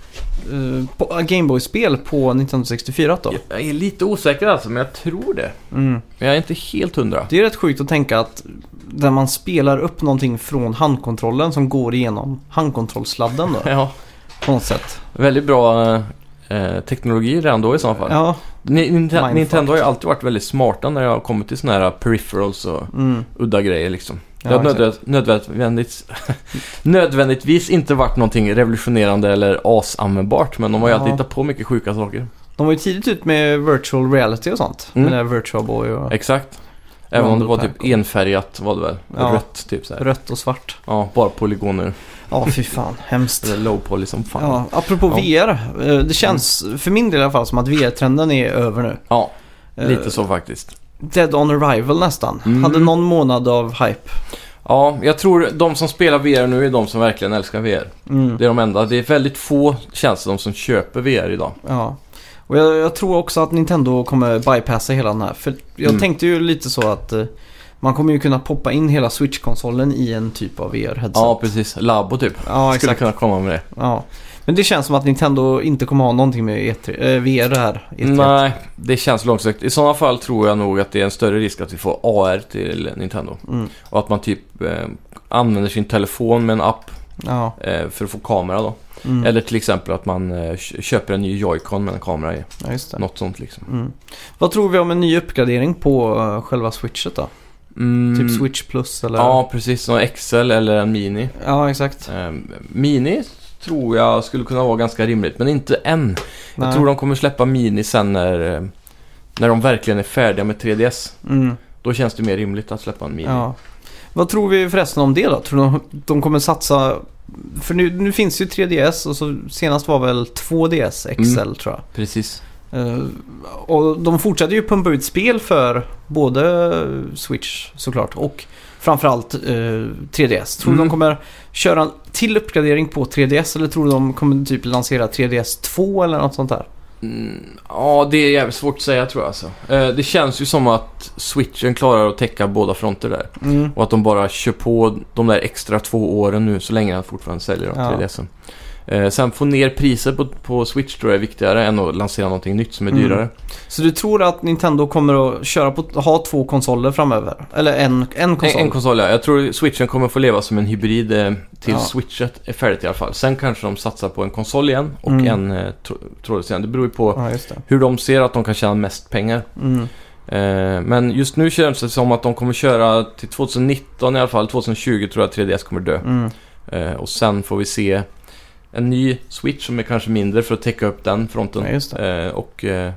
Game Boy-spel på Nintendo sextiofyra då? Jag är lite osäker alltså, men jag tror det. Mm. Men jag är inte helt hundra. Det är rätt sjukt att tänka att där man spelar upp någonting från handkontrollen som går igenom handkontrollsladden då. Ja. På något sätt. Väldigt bra... Eh, teknologi redan då i så fall. Ja. Nintendo, Nintendo har ju alltid varit väldigt smarta när jag har kommit till såna här peripherals och mm. udda grejer liksom. Det ja, har nödvändigt, nödvändigt, nödvändigtvis inte varit någonting revolutionerande eller asanvändbart, men de har ju ja. alltid hittat på mycket sjuka saker. De var ju tidigt ut med virtual reality och sånt. Mm. Med Virtual Boy och... Exakt. Även om det var typ enfärgat var det väl. Ja. Rött typ så här. Rött och svart. Ja, bara polygoner. Ja, fy fan. Hemskt. Eller low poly som fan. Ja, apropå ja. V R. Det känns mm. för min del i alla fall som att V R-trenden är över nu. Ja, lite så faktiskt. Dead on Arrival nästan. Mm. Hade någon månad av hype. Ja, jag tror de som spelar V R nu är de som verkligen älskar V R. Mm. Det är de enda. Det är väldigt få känns det de som köper V R idag. Ja. Och jag, jag tror också att Nintendo kommer bypassa hela den här. För jag mm. tänkte ju lite så att uh, man kommer ju kunna poppa in hela Switch-konsolen i en typ av V R-headset. Ja, precis. Labo typ. Ja, exakt. Skulle kunna komma med det. Ja. Men det känns som att Nintendo inte kommer ha någonting med E tre, äh, V R det här. E tre. Nej, det känns långsökt. I sådana fall tror jag nog att det är en större risk att vi får A R till Nintendo. Mm. Och att man typ eh, använder sin telefon med en app ja. eh, för att få kamera då. Mm. Eller till exempel att man eh, köper en ny Joy-Con med en kamera i. Ja, just det. Något sånt liksom. Mm. Vad tror vi om en ny uppgradering på uh, själva Switchet då? Mm. Typ Switch Plus eller... Ja, precis. En X L eller en Mini. Ja, exakt. Eh, Mini tror jag skulle kunna vara ganska rimligt, men inte än. Nej. Jag tror de kommer släppa Mini sen när, när de verkligen är färdiga med tre D S. Mm. Då känns det mer rimligt att släppa en Mini. Ja. Vad tror vi förresten om det då? Tror de, de kommer satsa... För nu, nu finns ju tre D S och så senast var väl två D S X L mm. tror jag. Precis. Uh, och de fortsätter ju pumpa ut spel för både Switch såklart och framförallt uh, tre D S. Tror mm. de kommer köra en till uppgradering på tre D S eller tror de kommer typ lansera tre D S två eller något sånt där? Mm, ja, det är jävligt svårt att säga tror jag alltså. Uh, det känns ju som att Switchen klarar att täcka båda fronter där. Mm. Och att de bara kör på de där extra två åren nu så länge han fortfarande säljer ja. tre D S:en. Eh, sen få ner priset på, på Switch tror jag är viktigare än att lansera någonting nytt som är dyrare. Mm. Så du tror att Nintendo kommer att köra på ha två konsoler framöver? Eller en, en konsol? En, en konsol, ja. Jag tror Switchen kommer få leva som en hybrid eh, till ja. Switchet är färdigt i alla fall. Sen kanske de satsar på en konsol igen och mm. en eh, trådlös igen. Det beror ju på ja, hur de ser att de kan tjäna mest pengar. Mm. Eh, men just nu känns det som att de kommer köra till tjugonitton i alla fall. tjugohundratjugo tror jag att tre D S kommer dö. Mm. Eh, och sen får vi se en ny Switch som är kanske mindre för att täcka upp den fronten. Ja, just det. Eh, och eh,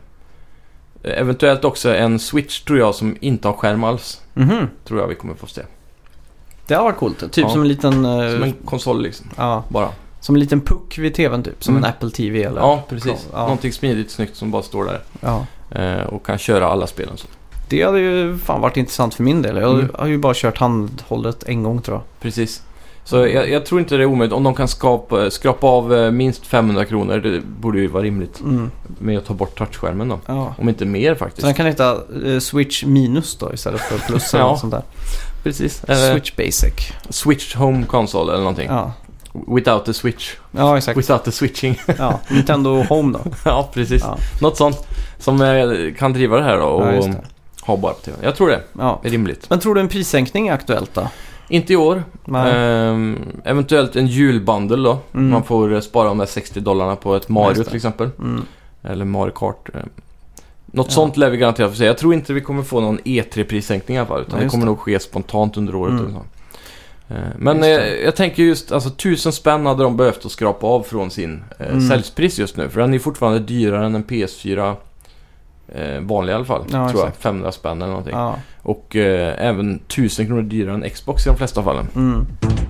eventuellt också en Switch tror jag som inte har skärm alls. Mm-hmm. Tror jag vi kommer få se. Det har varit coolt. Typ ja. som en liten... Eh, som en konsol liksom. Ja. Bara. Som en liten puck vid tvn typ. Som mm. en Apple T V eller... Ja, precis. Ja. Någonting smidigt, snyggt som bara står där. Ja. Eh, och kan köra alla spelen så. Det hade ju fan varit intressant för min del. Jag mm. har ju bara kört handhållet en gång tror jag. Precis. Så jag, jag tror inte det är omöjligt. Om de kan skapa, skrapa av minst femhundra kronor, det borde ju vara rimligt mm. med att ta bort touchskärmen då. Ja. Om inte mer faktiskt. Så den kan heta uh, Switch minus då istället för plus eller ja. sånt där. Precis. Switch Basic. Switch Home Console eller någonting. Ja. Without the Switch. Ja, exakt. Without the switching. Ja, Nintendo Home då. Ja, precis. Ja. Något sånt som eh, kan driva det här då och ja, ha bara på T V. Jag tror det ja. är rimligt. Men tror du en prissänkning är aktuellt då? Inte i år. Ehm, eventuellt en julbundle då. Mm. Man får spara de där sextio dollarna på ett Mario till exempel. Mm. Eller Mario Kart. Något ja. sånt lär vi garanterat få se. Jag tror inte vi kommer få någon E tre-prissänkning i alla fall. Utan ja, det kommer det. nog ske spontant under året. Mm. Eller så. Ehm, men eh, jag tänker just, alltså tusen spänn hade de behövt att skrapa av från sin eh, mm. säljspris just nu. För den är fortfarande dyrare än en P S fyra eh, vanliga i alla fall. Ja, tror jag. femhundra spänn eller någonting. Ja. Och eh, även tusen kronor dyrare än Xbox i de flesta fallen. Mm.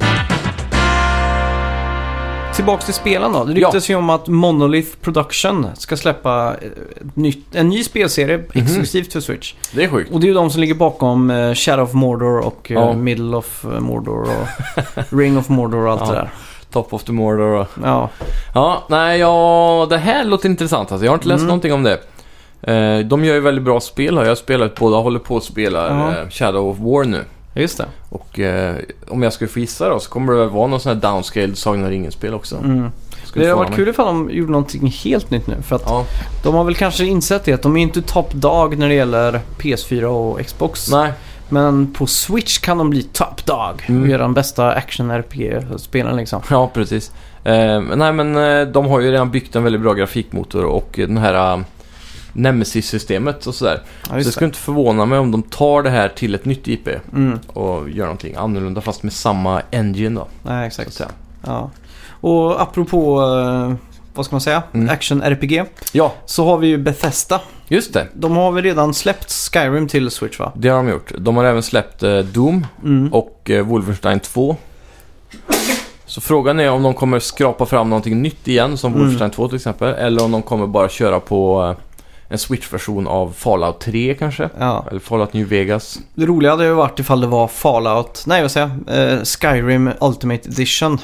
Tillbaks till spelen då. Det ryktas ja. ju om att Monolith Production ska släppa ett nytt, en ny spelserie mm-hmm. exklusivt för Switch. Det är sjukt. Och det är ju de som ligger bakom uh, Shadow of Mordor och uh, ja. Middle of Mordor och Ring of Mordor och allt ja. det där. Top of the Mordor och... Ja. Ja, nej, ja, det här låter intressant. Alltså. Jag har inte läst mm. någonting om det. Uh, de gör ju väldigt bra spel. Jag har spelat båda, håller på att spela uh, Shadow of War nu. Just det. Och eh, om jag skulle få gissa då så kommer det väl vara någon sån här downscaled Sagan om ringen-spel också. Mm. Det hade varit kul ifall de gjorde någonting helt nytt nu. För att ja. de har väl kanske insett det att de är inte top dog när det gäller P S fyra och Xbox. Nej. Men på Switch kan de bli top dog mm. och göra den bästa action-R P G-spelen liksom. Ja, precis. Eh, nej, men eh, de har ju redan byggt en väldigt bra grafikmotor och den här... Uh, Nemesis-systemet och sådär. Ja, så det skulle inte förvåna mig om de tar det här till ett nytt I P mm. och gör någonting annorlunda fast med samma engine då. Nej, exakt. Ja. Och apropå, uh, vad ska man säga, mm. action-R P G. Ja. Så har vi ju Bethesda. Just det. De har väl redan släppt Skyrim till Switch, va? Det har de gjort. De har även släppt uh, Doom mm. och uh, Wolfenstein två. Så frågan är om de kommer skrapa fram någonting nytt igen som mm. Wolfenstein två till exempel. Eller om de kommer bara köra på... Uh, en Switch-version av Fallout tre kanske. Ja. Eller Fallout New Vegas. Det roliga hade ju varit ifall det var Fallout... Nej, vad säger jag? Eh, Skyrim Ultimate Edition.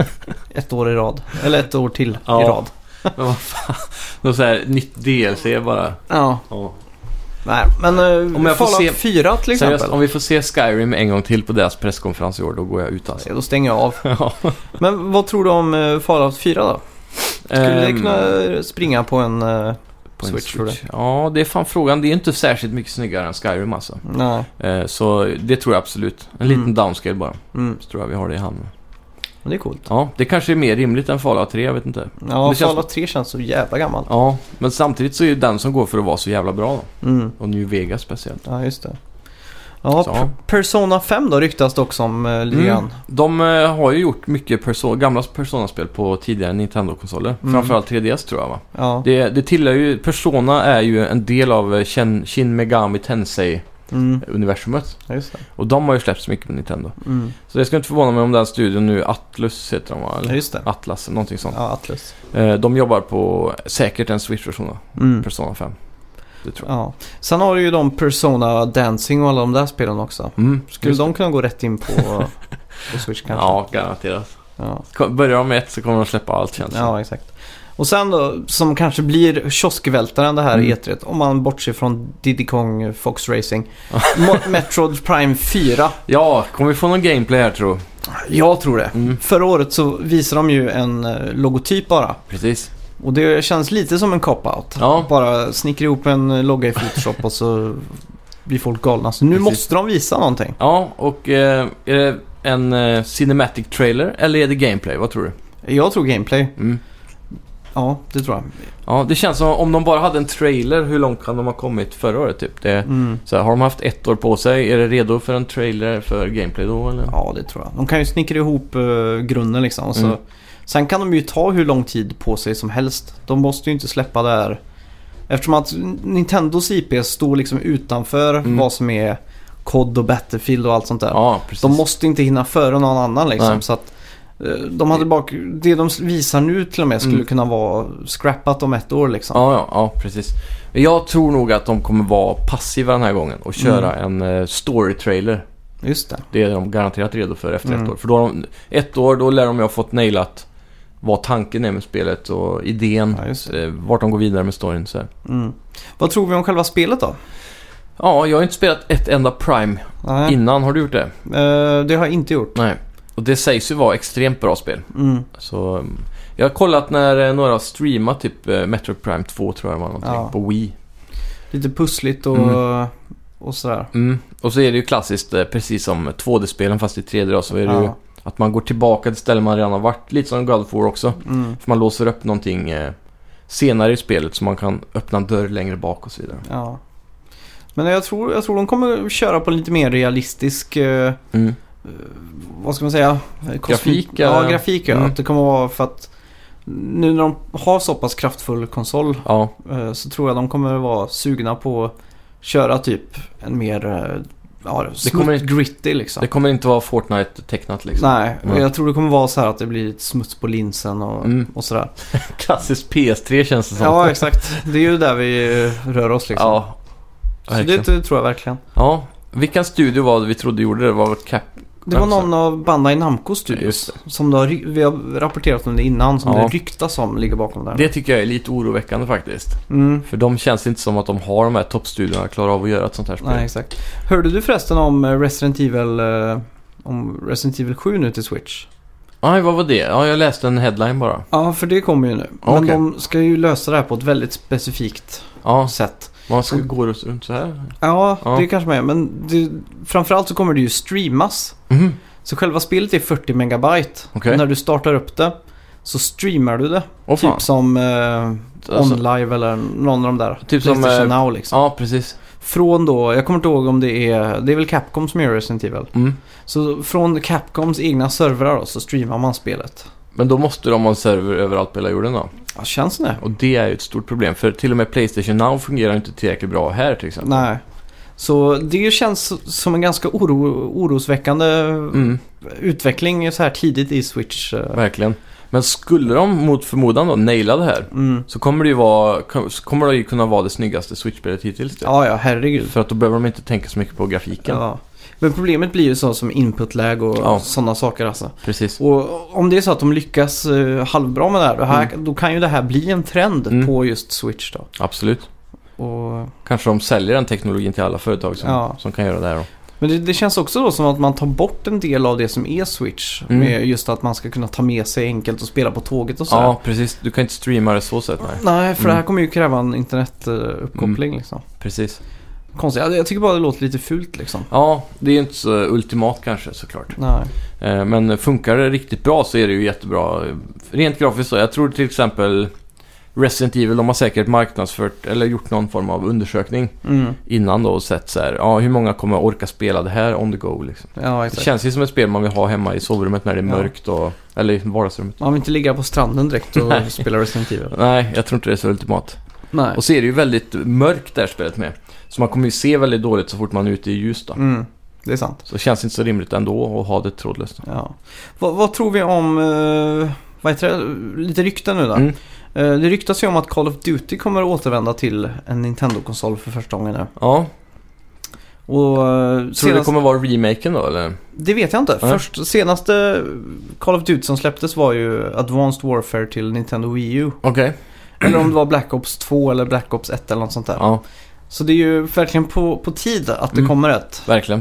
ett år i rad. Eller ett år till ja. i rad. Men vad fan. Något så här nytt D L C bara. Ja. ja. Nej, men eh, om jag Fallout se, fyra till exempel. Seriöst, om vi får se Skyrim en gång till på deras presskonferens i år, då går jag ut alltså. Ja, då stänger jag av. ja. Men vad tror du om eh, Fallout fyra då? Skulle um, det kunna springa på en... Eh, På Switch, Switch. Ja, det är fan frågan. Det är inte särskilt mycket snyggare än Skyrim alltså. Nej. Eh, så det tror jag absolut. En liten mm. downscale bara. Mm. Så tror jag vi har det i handen. Det är coolt. Ja, det kanske är mer rimligt än Fallout tre, jag vet inte. Ja, det Fallout tre känns så jävla gammal. Ja, men samtidigt så är det den som går för att vara så jävla bra då. Mm. Och New Vegas speciellt. Ja, just det. Ja, P- Persona fem då ryktas det också om uh, lite grann. Mm. De uh, har ju gjort mycket perso- gamla Persona-spel på tidigare Nintendo-konsoler. Mm. Framförallt tre D S tror jag, va? Ja. Det, det tillhör ju... Persona är ju en del av Shin, Shin Megami Tensei-universumet. Mm. Just det. Och de har ju släppts mycket på Nintendo. Mm. Så det ska inte förvåna mig om den studion nu, Atlus heter de, va? Eller? Just det. Atlas, någonting sånt. Ja, Atlus. Uh, de jobbar på säkert en Switch-version av mm. Persona fem. Det tror jag. Ja. Sen har du ju de Persona Dancing och alla de där spelen också. Mm, Skulle de kunna gå rätt in på, på Switch kanske? Ja, garanterat. Ja. Börjar de med ett så kommer de släppa allt, känns det. Ja, exakt. Och sen då, som kanske blir kioskvältaren det här mm. E tre, om man bortser från Diddy Kong Fox Racing. Metroid Prime fyra. Ja, kommer vi få någon gameplay här, tror jag? Jag tror det. Mm. Förra året så visade de ju en uh, logotyp bara. Precis. Och det känns lite som en cop-out. Ja. Bara snickra ihop en logga i Photoshop och så blir folk galna. Så nu Precis. måste de visa någonting. Ja, och eh, är det en eh, cinematic trailer eller är det gameplay? Vad tror du? Jag tror gameplay. Mm. Ja, det tror jag. Ja, det känns som om de bara hade en trailer, hur långt kan de ha kommit förra året typ? Det, mm. så här, har de haft ett år på sig? Är det redo för en trailer för gameplay då? Eller? Ja, det tror jag. De kan ju snickra ihop uh, grunden liksom. Och så, mm. Sen kan de ju ta hur lång tid på sig som helst. De måste ju inte släppa det här. Eftersom att Nintendos I P står liksom utanför mm. vad som är C O D och Battlefield och allt sånt där. Ja, de måste inte hinna före någon annan liksom. Nej. Så att de hade bara, det de visar nu till och med skulle mm. kunna vara scrappat om ett år liksom. Ja, ja, ja, precis. Jag tror nog att de kommer vara passiva den här gången och köra mm. en uh, story-trailer. Just det. Det är de garanterat redo för efter mm. ett år. För då har de, ett år, då lär de ju ha fått nailat vad tanken är med spelet och idén, ja, eh, vart de går vidare med storyn. Så här. Mm. Vad tror vi om själva spelet då? Ja, jag har inte spelat ett enda Prime Nej. innan. Har du gjort det? Uh, det har jag inte gjort. Nej. Och det sägs ju vara extremt bra spel. Mm. Så jag har kollat när några streamat typ uh, Metroid Prime två tror jag var någonting ja. på Wii. Lite pussligt och, mm. och sådär. Mm. Och så är det ju klassiskt, eh, precis som två D-spelen fast i tre D då, så är det ja. ju att man går tillbaka till ställen man redan har varit. Lite som God of War också. Mm. För man låser upp någonting eh, senare i spelet så man kan öppna en dörr längre bak och så vidare. Ja. Men jag tror, jag tror de kommer köra på lite mer realistisk... Eh, mm. vad ska man säga? Grafik. Ja, grafik. Ja. Mm. Att det kommer vara för att nu när de har så pass kraftfull konsol ja. så tror jag de kommer vara sugna på att köra typ en mer ja, det kommer inte, gritty liksom. Det kommer inte vara Fortnite-tecknat liksom. Nej, mm. jag tror det kommer vara så här att det blir smuts på linsen och, mm. och sådär. Klassiskt P S tre känns det som. Ja, exakt. Det är ju där vi rör oss liksom. Ja, så det, det tror jag verkligen. Ja, vilken studio var det vi trodde gjorde det? Var Cap... Det var någon av Bandai Namco Studios som då, vi har rapporterat om det innan, som ja. det ryktas om ligger bakom där. Det tycker jag är lite oroväckande faktiskt. Mm. För de känns inte som att de har de här toppstudierna klarar av att göra ett sånt här spel. Nej, exakt. Hörde du förresten om Resident Evil om Resident Evil sju nu till Switch? Nej, vad var det? Ja, jag läste en headline bara. Ja, för det kommer ju nu. Men okay. de ska ju lösa det här på ett väldigt specifikt ja. sätt. Man ska gå runt så här? Ja, ja. det kanske man är. Men det, framförallt så kommer det ju streamas. Mm. Så själva spelet är fyrtio megabyte. Okay. När du startar upp det så streamar du det. Oh, typ som eh, alltså, OnLive eller någon av de där. Typ som eh, Now liksom. Ja, precis. Från då, jag kommer inte ihåg om det är, det är väl Capcom som gör Resident Evil. Mm. Så från Capcoms egna servrar då, så streamar man spelet. Men då måste de ha en server överallt på hela jorden då? Ja, känns det. Och det är ju ett stort problem. För till och med PlayStation Now fungerar inte tillräckligt bra här till exempel. Nej. Så det känns som en ganska oro, orosväckande mm. utveckling så här tidigt i Switch. Verkligen. Men skulle de mot förmodan då naila det här mm. så kommer det ju vara, kommer det ju kunna vara det snyggaste Switch-spelet hittills. Det. Ja, ja, herregud. För att då behöver de inte tänka så mycket på grafiken. Ja. Men problemet blir ju så som input-lag och ja. sådana saker alltså. Precis. Och om det är så att de lyckas uh, halvbra med det här, då, här mm. då kan ju det här bli en trend mm. på just Switch då. Absolut. Och... Kanske de säljer den teknologin till alla företag som, ja. som kan göra det här då. Men det, det känns också då som att man tar bort en del av det som är Switch. Mm. Med just att man ska kunna ta med sig enkelt och spela på tåget och så. Ja, precis. Du kan inte streama det så sätt. Nej, nej för mm. det här kommer ju kräva en internetuppkoppling mm. liksom. Precis. Konstigt. Jag, jag tycker bara det låter lite fult liksom. Ja, det är ju inte så ultimat kanske såklart. Nej. Men funkar det riktigt bra så är det ju jättebra. Rent grafiskt så. Jag tror till exempel Resident Evil, de har säkert marknadsfört eller gjort någon form av undersökning mm. innan då och sett så här, ja, hur många kommer orka spela det här on the go liksom. Ja, exakt. Det känns ju som ett spel man vill ha hemma i sovrummet när det är ja. mörkt och, eller i vardagsrummet. Man vill inte ligga på stranden direkt och spela Resident Evil. Nej, jag tror inte det är så ultimat. Nej. Och så är det ju väldigt mörkt där spelet med. Så man kommer ju se väldigt dåligt så fort man är ute i ljus då. Mm. Det är sant. Så det känns inte så rimligt ändå att ha det trådlöst. Ja. Vad, vad tror vi om uh, vad heter det? Lite rykten nu då? Mm. Uh, det ryktas ju om att Call of Duty kommer att återvända till en Nintendo-konsol för första gången nu. Ja. Och, uh, tror senast... du det kommer vara remaken då eller? Det vet jag inte. Mm. Först, senaste Call of Duty som släpptes var ju Advanced Warfare till Nintendo Wii U. Okej. Okay. Eller om det var Black Ops två eller Black Ops ett eller något sånt där. Ja. Så det är ju verkligen på, på tid att det mm. kommer ett. Verkligen.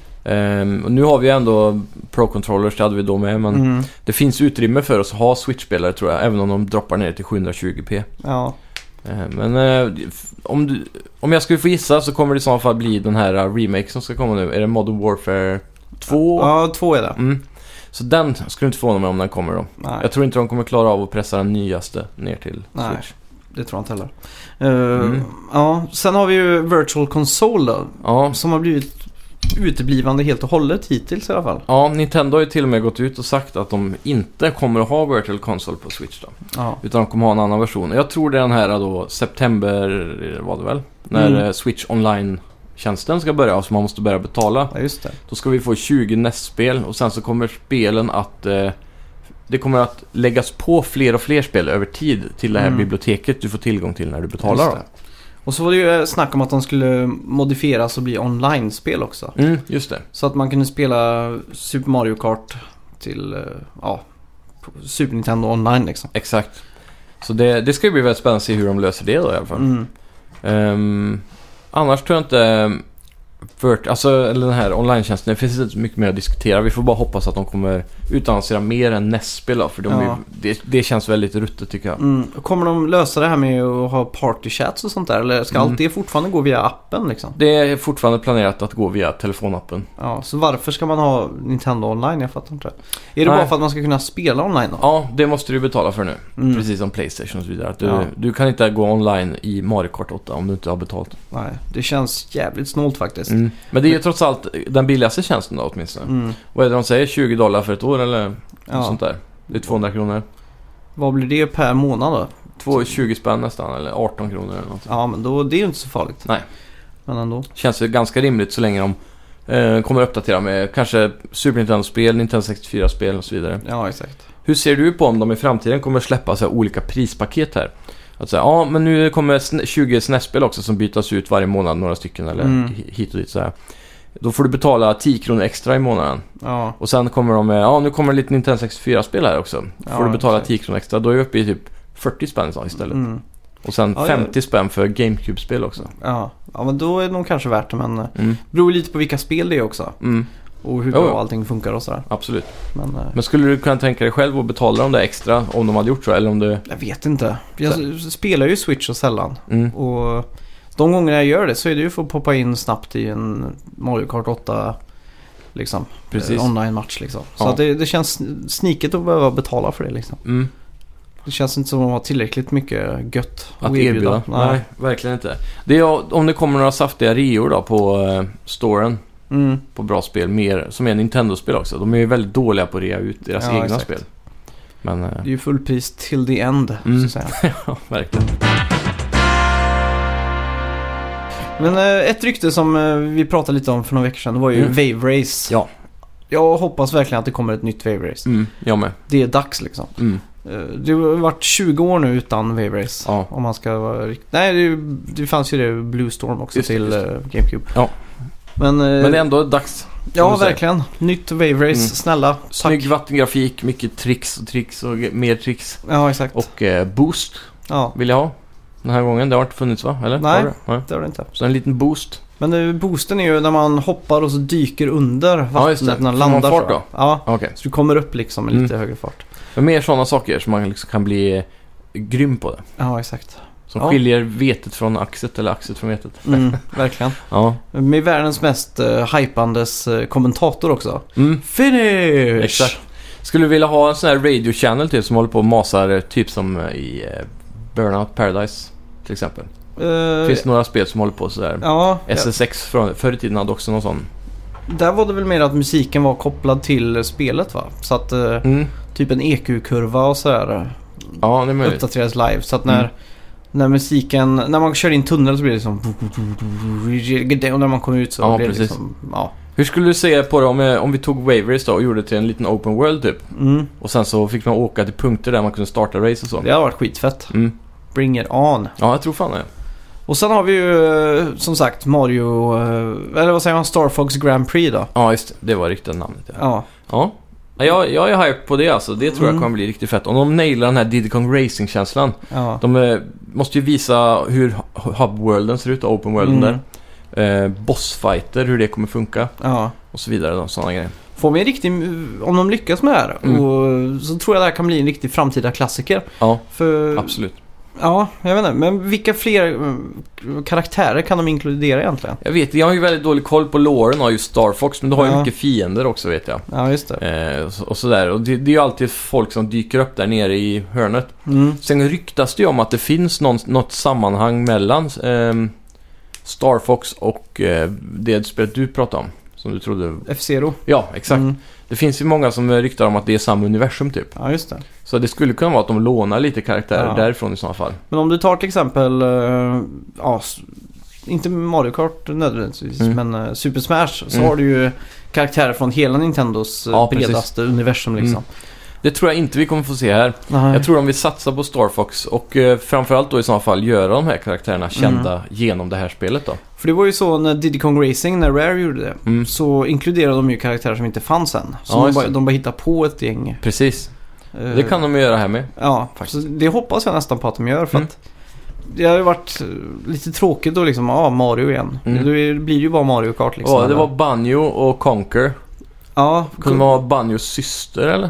Um, och nu har vi ändå Pro-controllers, det hade vi då med. Men mm. det finns utrymme för oss att ha Switch-spelare tror jag. Även om de droppar ner till sjuhundratjugo p. Ja. Uh, men uh, om, du, om jag skulle få gissa så kommer det i så fall bli den här uh, remake som ska komma nu. Är det Modern Warfare två? Ja, två är det. Mm. Så den skulle inte förvåna mig om den kommer då. Nej. Jag tror inte de kommer klara av att pressa den nyaste ner till Nej. Switch. Det tror jag inte heller. Uh, mm. Ja, sen har vi ju Virtual Console då, ja. som har blivit uteblivande helt och hållet hittills i alla fall. Ja, Nintendo har ju till och med gått ut och sagt att de inte kommer att ha Virtual Console på Switch då. Ja. Utan de kommer ha en annan version. Jag tror det är den här då, september var det väl? När mm. Switch Online-tjänsten ska börja, så man måste börja betala. Ja, just det. Då ska vi få tjugo N E S-spel och sen så kommer spelen att... Eh, det kommer att läggas på fler och fler spel över tid till det här mm. biblioteket du får tillgång till när du betalar. Då. Och så var det ju snack om att de skulle modifieras och bli online-spel också. Mm, just det. Så att man kunde spela Super Mario Kart till ja, Super Nintendo online liksom. Exakt. Så det, det ska ju bli väldigt spännande att se hur de löser det då i alla fall. Mm. Um, annars tror jag inte... För, alltså, eller den här online-tjänsten, det finns inte så mycket mer att diskutera. Vi får bara hoppas att de kommer utannonsera mer än N E S-spel för de ja. är, det, det känns väldigt ruttet tycker jag. Mm. Kommer de lösa det här med att ha party-chats och sånt där? Eller ska mm. allt det fortfarande gå via appen liksom? Det är fortfarande planerat att gå via telefonappen. Ja, så varför ska man ha Nintendo online? Jag fattar inte. Är det Nej. bara för att man ska kunna spela online då? Ja, det måste du betala för nu. Mm. Precis som PlayStation och så vidare. Att du, ja. du kan inte gå online i Mario Kart åtta om du inte har betalt. Nej, det känns jävligt snålt faktiskt. Mm. Men det är ju trots allt den billigaste tjänsten då åtminstone. Mm. Vad är det de säger? tjugo dollar för ett år eller ja. sånt där? Det är tvåhundra kronor. Vad blir det per månad då? tvåhundratjugo spänn nästan, eller arton kronor eller något. Ja, men då, det är ju inte så farligt. Nej. Men ändå. Känns ju ganska rimligt så länge de eh, kommer att uppdatera med kanske Super Nintendo-spel, Nintendo sextiofyra-spel och så vidare. Ja, exakt. Hur ser du på om de i framtiden kommer att släppa så här olika prispaket här? Att säga, ja, men nu kommer tjugo S N E S-spel också som bytas ut varje månad, några stycken eller mm. hit och dit så här. Då får du betala tio kronor extra i månaden. Ja. Och sen kommer de med, ja, nu kommer lite Nintendo sextiofyra-spel här också. Då får ja, du betala exakt. tio kronor extra. Då är vi uppe i typ fyrtio spänn istället. Mm. Och sen ja, femtio ja. spänn för GameCube-spel också. Ja. Ja, men då är det nog kanske värt det, men mm. beror lite på vilka spel det är också. Mm. Och hur bra oh. allting funkar och sådär. Absolut. Men, äh... men skulle du kunna tänka dig själv att betala dem där extra om de hade gjort så? Eller om du... Jag vet inte. Jag så. spelar ju Switch så sällan. Mm. Och de gånger jag gör det så är det ju för att poppa in snabbt i en Mario Kart åtta liksom, eh, online-match liksom. Så ja. att det, det känns sniket att behöva betala för det liksom. Mm. Det känns inte som att de har tillräckligt mycket gött att erbjuda. erbjuda. Nej. Nej, verkligen inte. Det är, om det kommer några saftiga reor då på uh, storen mm. på bra spel, mer som är Nintendo-spel också. De är ju väldigt dåliga på att rea ut deras ja, egna exakt. spel. Men, uh... det är ju fullpris till the end, mm. så att säga. Ja, verkligen. Men uh, ett rykte som uh, vi pratade lite om för några veckor sedan, det var ju mm. Wave Race. Ja. Jag hoppas verkligen att det kommer ett nytt Wave Race. Mm, jag med. Det är dags liksom. Mm. Det har varit tjugo år nu utan Wave Race. Ja. Om man ska vara rikt... Nej, det, det fanns ju det Blue Storm också just, till just. Uh, GameCube. Ja. Men, uh, Men det är ändå dags. Ja, verkligen. Nytt Wave Race, mm. snälla. Tack. Snygg vattengrafik, mycket tricks och tricks och mer tricks. Ja, exakt. Och uh, boost ja. vill jag ha den här gången. Det har inte funnits, va? Eller? Nej, har det? Nej, det har det inte. Så en liten boost. Men uh, boosten är ju när man hoppar och så dyker under vattnet ja, när man landar. Fart då? Ja, okay. Så du kommer upp liksom med lite mm. högre fart. Men mer sådana saker som man liksom kan bli grym på det. Ja, exakt. Som ja. skiljer vetet från axet eller axet från vetet. Mm, verkligen. Ja. Med världens mest uh, hypandes uh, kommentator också. Mm. Finish! Exakt. Skulle du vilja ha en sån här radio channel typ, som håller på och masar typ som i uh, Burnout Paradise till exempel? Uh, Finns det några spel som håller på sådär? Ja. S S X från, förr i tiden hade också någon sån. Där var det väl mer att musiken var kopplad till spelet, va? Så att uh, mm. typ en E Q-kurva och sådär ja, det är möjligt. uppdateras live. Så att när, mm. när musiken, när man kör in tunnel så blir det som och när man kommer ut så ja, blir precis. det liksom, ja. Hur skulle du se på det om, om vi tog Wave Race då och gjorde det till en liten open world typ? Mm. Och sen så fick man åka till punkter där man kunde starta race och så. Det har varit skitfett. Mm. Bring it on. Ja, jag tror fan det. Och sen har vi ju som sagt Mario, eller vad säger man, Star Fox Grand Prix då. Ja, just det. Det var riktigt namnet. Ja. Ja. Ja. Jag, jag är hype på det alltså. Det tror mm. jag kommer bli riktigt fett. Om de nailar den här Diddy Kong Racing-känslan. Ja. De eh, måste ju visa hur hub-worlden ser ut, open-worlden mm. där. Eh, bossfighter, hur det kommer funka. Ja. Och så vidare då, sådana grejer. Får vi en riktig, om de lyckas med det här, mm. och så tror jag det här kan bli en riktig framtida klassiker. Ja, för, absolut. Ja, jag vet inte. Men vilka fler karaktärer kan de inkludera egentligen? Jag vet, jag har ju väldigt dålig koll på loren av just Star Fox, men du har ja. ju mycket fiender också, vet jag. Ja, just det. Eh, och, så, och sådär. Och det, det är ju alltid folk som dyker upp där nere i hörnet. Mm. Sen ryktas det ju om att det finns någon, något sammanhang mellan eh, Star Fox och eh, det spelet du pratade om. Som du trodde... F-Zero. Ja, exakt. Mm. Det finns ju många som ryktar om att det är samma universum typ. Ja, just det. Så det skulle kunna vara att de lånar lite karaktärer ja. därifrån i sådana fall. Men om du tar till exempel, uh, ja, inte Mario Kart nödvändigtvis, mm. men uh, Super Smash, så mm. har du ju karaktärer från hela Nintendos uh, ja, bredaste precis. universum liksom. Mm. Det tror jag inte vi kommer få se här. Nej. Jag tror de vill satsa på Star Fox och eh, framförallt då i sådana fall göra de här karaktärerna kända mm. genom det här spelet då. För det var ju så när Diddy Kong Racing, när Rare gjorde det, mm. så inkluderade de ju karaktärer som inte fanns än. Så ja, de, bara, de bara hittar på ett gäng. Precis. Uh, det kan de göra här med. Ja, faktiskt. Så det hoppas jag nästan på att de gör för mm. att det har ju varit lite tråkigt då liksom, ja, Mario igen. Mm. Det blir ju bara Mario Kart liksom. Ja, det var Banjo och Conker. Ja. Kunde man vara Banjos syster eller?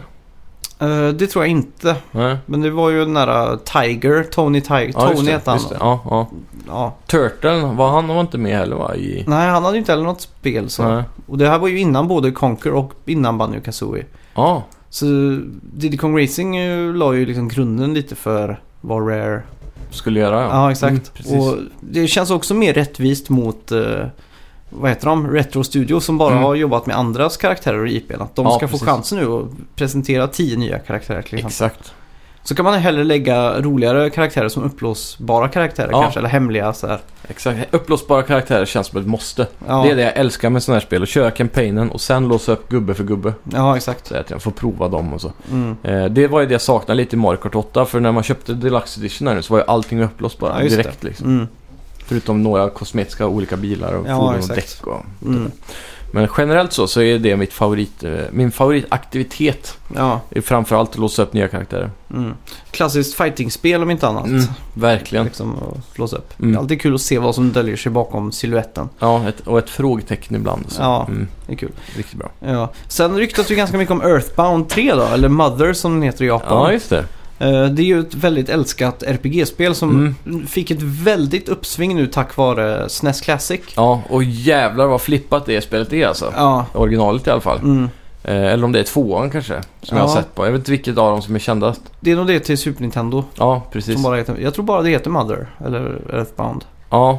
Uh, det tror jag inte. Nej. Men det var ju den där Tiger, Tony Tiger. Ja, Tony hette han. Ja, ja. Ja. Turtle, var han var inte med heller va? I... Nej, han hade ju inte heller något spel så. Nej. Och det här var ju innan både Conker och innan Banjo-Kazooie. Ja. Så Diddy Kong Racing uh, la ju liksom grunden lite för vad Rare skulle göra. Ja, ja exakt. Mm, och det känns också mer rättvist mot... Uh, vad heter de? Retro Studio som bara mm. har jobbat med andras karaktärer och I P. Att de ja, ska precis. få chansen nu att presentera tio nya karaktärer till exempel. Exakt. Så kan man hellre lägga roligare karaktärer som upplåsbara karaktärer ja. kanske, eller hemliga så här. Exakt, upplåsbara karaktärer känns som ett måste. Ja. Det är det jag älskar med sådana här spel, att köra kampanjen och sen låsa upp gubbe för gubbe. Ja, exakt. Så att jag får prova dem och så. Mm. Eh, det var ju det jag saknade lite i Mario Kart åtta, för när man köpte Deluxe Edition här nu så var ju allting upplåsbara ja, direkt liksom. Mm. Förutom några kosmetiska olika bilar och ja, fordon och däck och mm. Men generellt så, så är det mitt favorit, min favoritaktivitet. Ja. Är framförallt att låsa upp nya karaktärer. Mm. Klassiskt fighting-spel om inte annat. Mm, verkligen. Liksom att låsa upp. Mm. Det är alltid kul att se vad som döljer sig bakom siluetten. Ja, ett, och ett frågetecken ibland. Så. Ja, mm. det är kul. Riktigt bra. Ja. Sen ryktas ju ganska mycket om Earthbound tre då, eller Mother som den heter i Japan. Ja, just det. Det är ju ett väldigt älskat R P G-spel som mm. fick ett väldigt uppsving nu tack vare S N E S Classic. Ja, och jävlar vad flippat det spelet är alltså. Ja. Originalet i alla fall. Mm. Eller om det är tvåan kanske, som ja. jag har sett på. Jag vet inte vilket av dem som är kändast. Det är nog det till Super Nintendo. Ja, precis. Som bara heter, jag tror bara det heter Mother, eller Earthbound. Ja,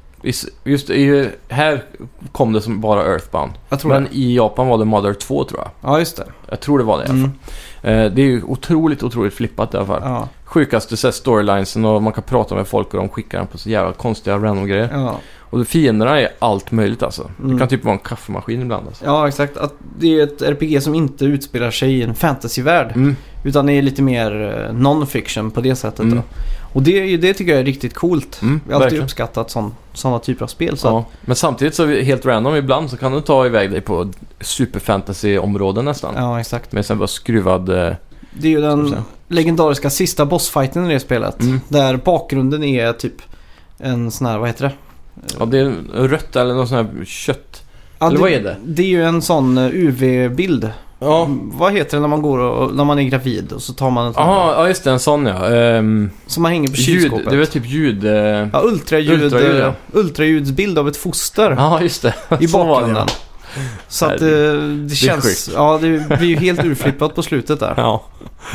just i, här kom det som bara Earthbound. Jag tror Men det. i Japan var det Mother två tror jag. Ja, just det. Jag tror det var det i alla fall. Mm. Det är ju otroligt, otroligt flippat i alla fall. Ja. Sjukaste så storylinesen och man kan prata med folk och de skickar den på så jävla konstiga random grejer. Ja. Och fienderna är allt möjligt alltså. Mm. Det kan typ vara en kaffemaskin ibland alltså. Ja, exakt. Att det är ett R P G som inte utspelar sig i en fantasyvärld. Mm. Utan det är lite mer non-fiction på det sättet mm. då. Och det, det tycker jag är riktigt coolt. Mm, jag har alltid verkligen. uppskattat sådana typer av spel. Så. Ja, men samtidigt så helt random ibland så kan du ta iväg dig på superfantasy-områden nästan. Ja, exakt. Men sen bara skruvad... Det är ju den legendariska sista bossfighten i det spelet. Mm. Där bakgrunden är typ en sån här, vad heter det? Ja, det är rött eller någon sån här kött. Ja, eller det, vad är det? Det är ju en sån U V-bild. Ja. Vad heter det när man går och, när man är gravid och så tar man en sån. Aha, ja, just det, en sån ja. Um, som man hänger på kylskåpet. Ljud, det är väl typ ljud... Uh, ja, ultraljud, ultraljud ja. Ultraljudsbild av ett foster. Ja, just det. I bakgrunden. Så att det, det känns... Det ja, det blir ju helt urflippat på slutet där. Ja.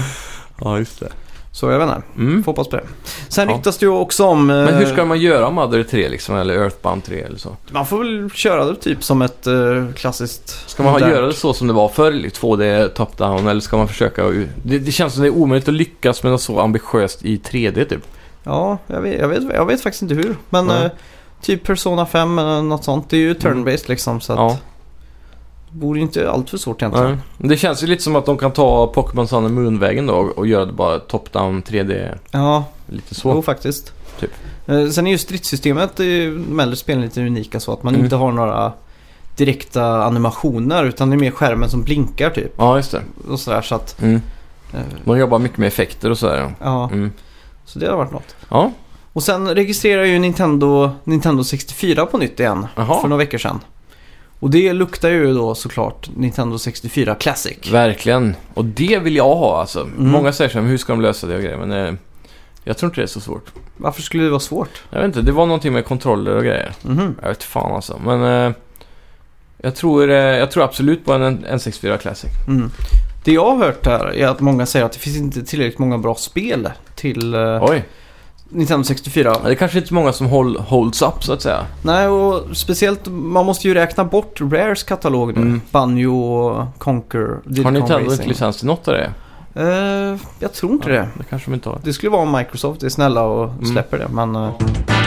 Ja, just det. Så jag vet inte. Mm. Får hoppas på det. Sen ja. ryktas det ju också om... Men hur ska man göra Mother tre liksom? Eller Earthbound tre eller så? Man får väl köra det typ som ett uh, klassiskt... Ska man ha, göra det så som det var förr? två D top-down? Eller ska man försöka... Det, det känns som det är omöjligt att lyckas med något så ambitiöst i tre D typ. Ja, jag vet, jag vet, jag vet faktiskt inte hur. Men mm. uh, typ Persona fem eller något sånt. Det är ju turn-based mm. liksom. Så att... Ja. Det borde ju inte allt för svårt egentligen. Mm. Det känns ju lite som att de kan ta Pokémon Sun and Moon-vägen då och göra det bara top-down tre D. Ja, lite så. Jo, faktiskt. Typ. Eh, sen är ju stridssystemet de äldre spelen lite unika så att man mm. inte har några direkta animationer utan det är mer skärmen som blinkar typ. Ja, just det. Och sådär så att... Mm. Eh, de jobbar mycket med effekter och sådär. Ja, mm. så det har varit något. Ja. Och sen registrerar ju Nintendo, Nintendo sextiofyra på nytt igen. Aha. För några veckor sedan. Och det luktar ju då såklart Nintendo sextiofyra Classic. Verkligen. Och det vill jag ha alltså. Mm. Många säger så här, hur ska de lösa det och grejer? Men eh, jag tror inte det är så svårt. Varför skulle det vara svårt? Jag vet inte, det var någonting med kontroller och grejer. Mm. Jag vet fan alltså. Men eh, jag, tror, eh, jag tror absolut på en N sextiofyra Classic. Mm. Det jag har hört här är att många säger att det finns inte tillräckligt många bra spel till... Eh, Oj. Nintendo sextiofyra. Det är kanske inte många som hold, holds up så att säga. Nej, och speciellt man måste ju räkna bort Rares katalog nu. Mm. Banjo och Conquer. Har Nintendo inte licens till något av det? Uh, jag tror inte ja, det. Det kanske de inte har. Det skulle vara om Microsoft är snälla och mm. släpper det. Men, uh...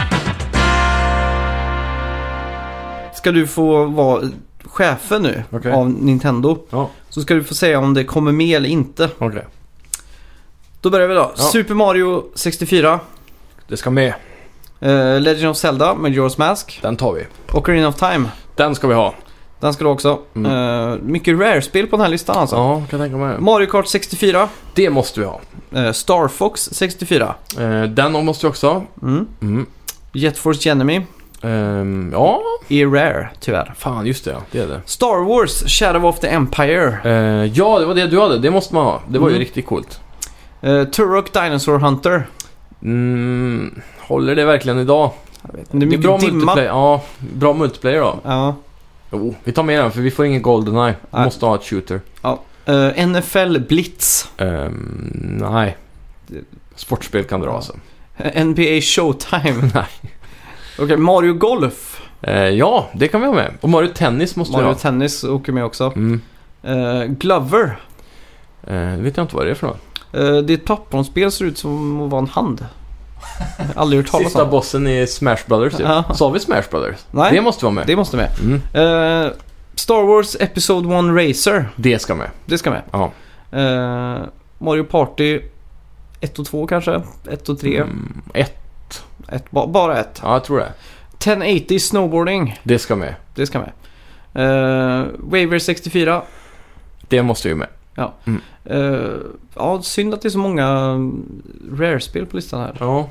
Ska du få vara chefen nu okay. av Nintendo ja. Så ska du få säga om det kommer med eller inte. Okej. Okay. Då börjar vi då. Ja. Super Mario sextiofyra. Det ska med. Uh, Legend of Zelda, Majora's Mask. Den tar vi. Ocarina of Time. Den ska vi ha. Den ska du också. Mm. Uh, mycket Rare-spel på den här listan alltså. Ja, kan jag tänka mig. Mario Kart sextiofyra. Det måste vi ha. Uh, Star Fox sextiofyra. Uh, den måste vi också ha. Mm. Mm. Jet Force Enemy. Um, ja. Är Rare, tyvärr. Fan, just det. Ja. Det är det. Star Wars, Shadow of the Empire. Uh, ja, det var det du hade. Det måste man ha. Det var mm. ju riktigt coolt. Uh, Turok Dinosaur Hunter. Mm, håller det verkligen idag? Jag vet. Det är, det är bra dimma. multiplayer. Ja, bra multiplayer då. Ja. Jo, vi tar med den för vi får ingen GoldenEye. Vi nej. måste ha ett shooter. Ja. Uh, N F L Blitz. Um, nej. Sportspel kan dra ja. alltså. N B A Showtime. Nej. Okej, okay, Mario Golf. Uh, ja, det kan vi ha med. Och Mario Tennis måste Mario vi ha. Mario Tennis åker med också. Mm. Uh, Glover. Uh, vet jag inte vad det är för något. Uh, det är ett plattformsspel, ser ut som att vara en hand. Aldrig hört talas om. Sista bossen i Smash Brothers typ. Ja. Sa vi Smash Brothers? Nej, det måste vara med. Det måste med. Mm. Uh, Star Wars Episode ett Racer. Det ska med. Det ska med. Ja. Uh, Mario Party ett och två kanske? ett och tre? Mm, ett. ett. Ba- bara ett. Ja, jag tror det. tio åttio Snowboarding. Det ska med. Det ska med. Uh, Waver sextiofyra. Det måste ju med. Ja. Mm. Uh, ja, synd att det är så många Rare-spel på listan här. Ja.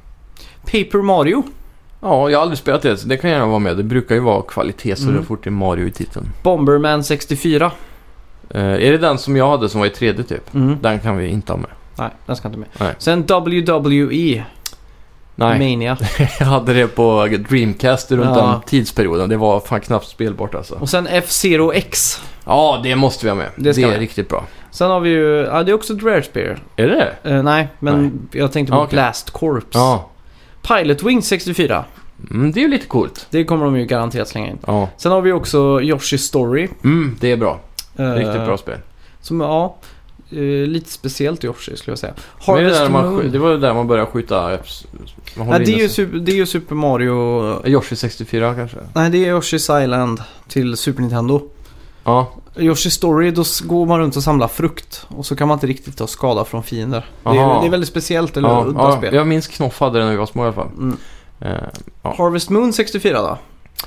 Paper Mario. Ja, jag har aldrig spelat det. Det kan gärna vara med. Det brukar ju vara kvalitet så mm. det fort det är Mario i titeln. Bomberman sextiofyra. Uh, är det den som jag hade som var i tre D typ? Mm. Den kan vi inte ha med. Nej, den ska inte med. Nej. Sen W W E. Nej. Mania. Jag hade det på Dreamcast runt ja. den tidsperioden. Det var fan knappt spelbart alltså. Och sen F-Zero X. Ja, det måste vi ha med. Det, det är med. Riktigt bra. Sen har vi ju... Ja, det är också ett Rare-spel. Är det? Uh, nej, men nej. Jag tänkte på ah, okay. Blast Corps. Ja. Pilot Wing sextiofyra. Mm, det är ju lite coolt. Det kommer de ju garanterat slänga in. Ja. Sen har vi också Yoshi's Story. Mm, det är bra. Uh, Riktigt bra spel. Som, ja... Uh, lite speciellt Yoshi skulle jag säga. Men det, där man, det var ju där man började skjuta. Nej, det, är ju super, det är ju Super Mario... Yoshi sextiofyra kanske? Nej, det är Yoshi's Island till Super Nintendo. Ja. Yoshi Story, då går man runt och samlar frukt. Och så kan man inte riktigt ta skada från fiender. Det är, det är väldigt speciellt, eller ja, udda ja, spel. Jag minns Knoff hade det när vi var små i alla fall. Mm. Uh, ja. Harvest Moon sextiofyra då?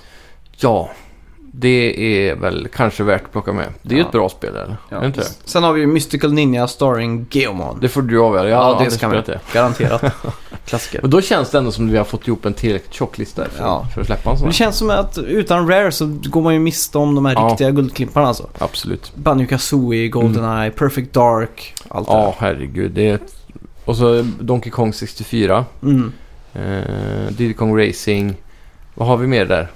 Ja. Det är väl kanske värt att plocka med. Det är ju ja. ett bra spel, eller? Ja. Inte det? Sen har vi ju Mystical Ninja starring Geomon. Det får du avgöra. Jag ja, det ska man det. Garanterat. Klassiker. Och då känns det ändå som att vi har fått ihop en tillräckligt tjock lista för, ja. för att släppa en sån. Det känns som att utan Rare så går man ju miste om de här ja. riktiga guldklimparna alltså. Absolut. Banjo-Kazooie, GoldenEye, mm. Perfect Dark, allt det Ja, herregud. Det är ett... Och så Donkey Kong sextiofyra. Mm. Uh, Diddy Kong Racing. Vad har vi mer där?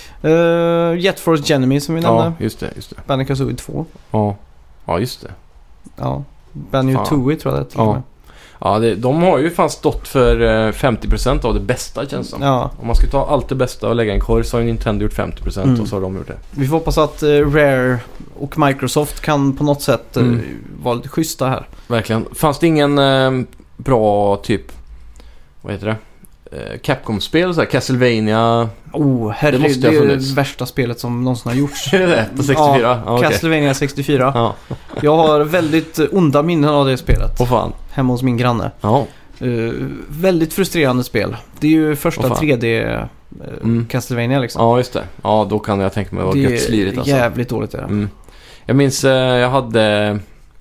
Uh, Jet Force Genemy som vi nämnde. Ja, just det, just det. Banjo-Kazooie två. Ja. Ja, just det. Ja. Banjo-Tooie tror jag det heter. Ja. Ja, det, de har ju fan stått för uh, femtio procent av det bästa, känns som. Ja. Om man ska ta allt det bästa och lägga en korg så har Nintendo gjort femtio procent mm. och så har de gjort det. Vi får hoppas att uh, Rare och Microsoft kan på något sätt uh, mm. vara lite schyssta här. Verkligen. Fanns det ingen uh, bra typ, vad heter det? Capcom-spel, så här, Castlevania. Oh, herregud, det, det är det värsta spelet som någonsin har gjorts. Är det på sextiofyra? Ja, ah, okay. Castlevania sextiofyra. Ja. Jag har väldigt onda minnen av det spelet. Åh fan. Hemma hos min granne. Ja. Uh, väldigt frustrerande spel. Det är ju första oh, tre D uh, mm. Castlevania liksom. Ja, just det. Ja, då kan jag tänka mig vad gött slirigt alltså. Det är jävligt dåligt det. Mm. Jag minns, uh, jag hade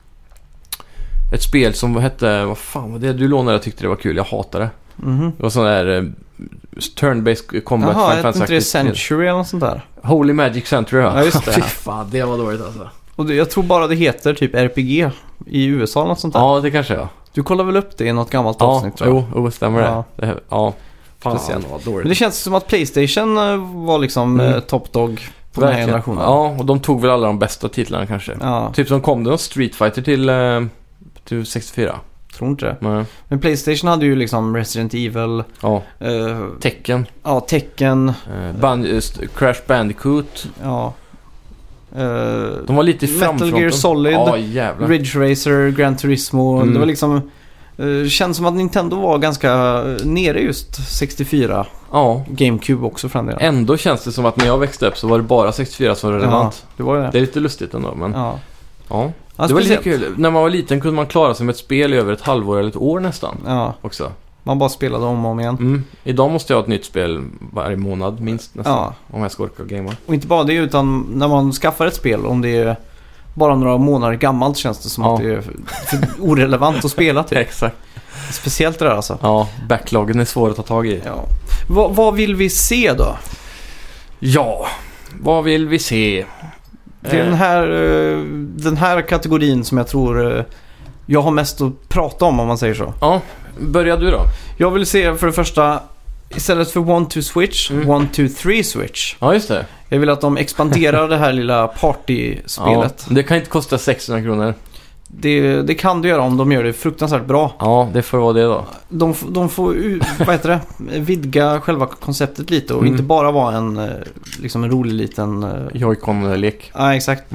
ett spel som hette, vad fan var det? Du lånade och tyckte det var kul, jag hatade det. Mm-hmm. Det var sån där uh, turn-based combat. Jaha, jag tänkte det är Century eller något sånt där. Holy Magic Century, ja. Ja, just det. Fy fan, det var dåligt alltså. Och det, jag tror bara det heter typ R P G i U S A eller något sånt där. Ja, det kanske ja. Du kollar väl upp det i något gammalt ja, avsnitt tror jag. Jo, stämmer ja. det. det. Ja, fan, speciellt. Men det känns som att PlayStation var liksom mm. top dog på den här generationen. Ja, och de tog väl alla de bästa titlarna kanske. Ja. Typ som kom det någon Street Fighter till, uh, till sextiofyra. Tror inte det. Nej. Men PlayStation hade ju liksom Resident Evil. Ja. Uh, Tekken. Ja, Tekken. Uh, Band- uh, Crash Bandicoot. Ja. Uh, de var lite i framfronten. Metal Gear Solid. Ja, jävlar. Ridge Racer, Gran Turismo. Mm. Det var liksom... Uh, känns som att Nintendo var ganska uh, nere just sextiofyra. Ja. GameCube också fram det. Ändå känns det som att när jag växte upp så var det bara sextiofyra som var relevant. Ja, det var det. Det är lite lustigt ändå, men... Ja. Ja. Ja, det var lite kul. När man var liten kunde man klara sig med ett spel i över ett halvår eller ett år nästan. Ja. Också. Man bara spelade om och om igen. Mm. Idag måste jag ha ett nytt spel varje månad minst nästan. Ja. Om jag ska orka gamea. Och inte bara det, utan när man skaffar ett spel, om det är bara några månader gammalt, känns det som ja. att det är för, för orelevant att spela till. Exakt. Speciellt det där alltså. Ja, backloggen är svår att ta tag i. Ja. Va, vad vill vi se då? Ja, vad vill vi se? Det är den här, den här kategorin som jag tror jag har mest att prata om, om man säger så. Ja, börja du då. Jag vill se för det första, istället för one two switch, mm. one two three switch. Ja, just det. Jag vill att de expanderar det här lilla partyspelet. Ja, det kan inte kosta sexhundra kronor. Det, det kan du göra om de gör det fruktansvärt bra. Ja, det får vara det då. De, de får vad heter det? vidga själva konceptet lite och mm. inte bara vara en, liksom en rolig liten... Joy-Con-lek. Ja, exakt. Mm.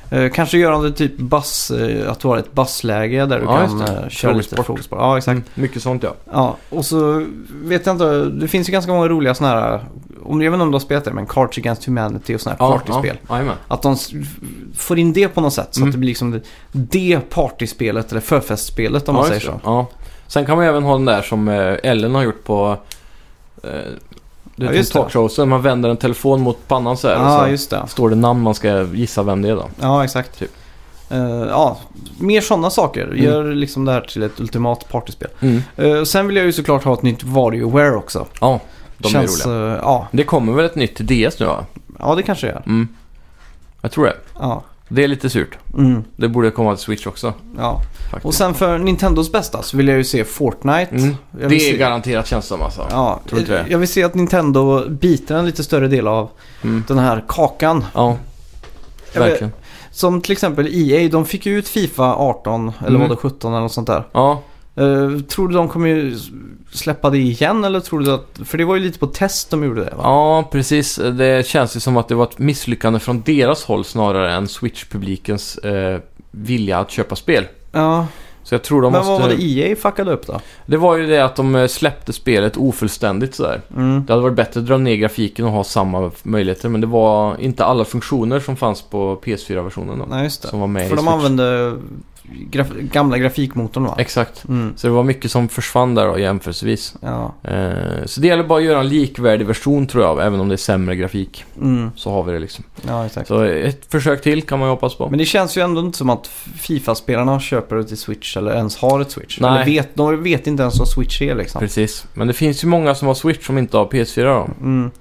Uh, kanske gör de det typ bass, uh, att du har ett bassläge där du ja, kan uh, köra lite frågesport. Ja, exakt. Mm, mycket sånt, ja. Ja, och så vet jag inte, det finns ju ganska många roliga sådana här, om jag vet inte om du har spelat det, men Cards Against Humanity och sådana här ja, partyspel. Ja, att de får in det på något sätt, så mm. att det blir liksom det, det partyspelet eller förfestspelet om ja, man säger så. Ja. Sen kan man även ha den där som uh, Ellen har gjort på... Uh, Det är ja, talkshows, man vänder en telefon mot pannan så här ja, och så just det. står det namn, man ska gissa vem det är då. Ja, exakt. Typ. Uh, ja, mer sådana saker. Mm. Gör liksom det här till ett ultimat partyspel. Mm. Uh, sen vill jag ju såklart ha ett nytt WarioWare också. Ja, de Känns, är roliga. Uh, ja. Det kommer väl ett nytt till D S nu, va? Ja, det kanske är. Mm. Jag tror det. Ja. Det är lite surt. Mm. Det borde komma till Switch också. Ja. Faktiskt. Och sen för Nintendos bästa så vill jag ju se Fortnite. Mm. Det är se... garanterat känns som alltså. Ja, tror inte det. Jag vill se att Nintendo biter en lite större del av mm. den här kakan. Ja, verkligen. Vet, som till exempel E A, de fick ju ut FIFA arton eller mm. var det sjutton eller något sånt där. Ja. Uh, tror du de kommer ju släppa det igen, eller tror du att... För det var ju lite på test de gjorde det, va? Ja, precis. Det känns ju som att det var ett misslyckande från deras håll snarare än Switch-publikens eh, vilja att köpa spel. Ja. Så jag tror de Men måste... vad var det E A fuckade upp då? Det var ju det att de släppte spelet ofullständigt sådär. Mm. Det hade varit bättre att dra ner grafiken och ha samma möjligheter, men det var inte alla funktioner som fanns på P S fyra-versionen då. Nej, just det. Som var med för i de Switch. använde graf- gamla grafikmotorn, va? Exakt. Mm. Så det var mycket som försvann där då, jämförelsevis. Ja. Eh, så det gäller bara att göra en likvärdig version, tror jag, även om det är sämre grafik. Mm. Så har vi det liksom. Ja, exakt. Så ett försök till kan man ju hoppas på. Men det känns ju ändå inte som att FIFA-spelarna köper det till Switch eller ens har ett Switch. Nej. Eller vet, de vet inte ens vad Switch är liksom. Precis. Men det finns ju många som har Switch som inte har P S fyra då. Mm.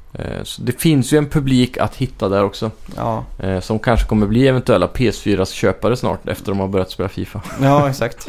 Så det finns ju en publik att hitta där också. Ja. Som kanske kommer bli eventuella P S fyra-köpare snart efter de har börjat spela FIFA. Ja, exakt.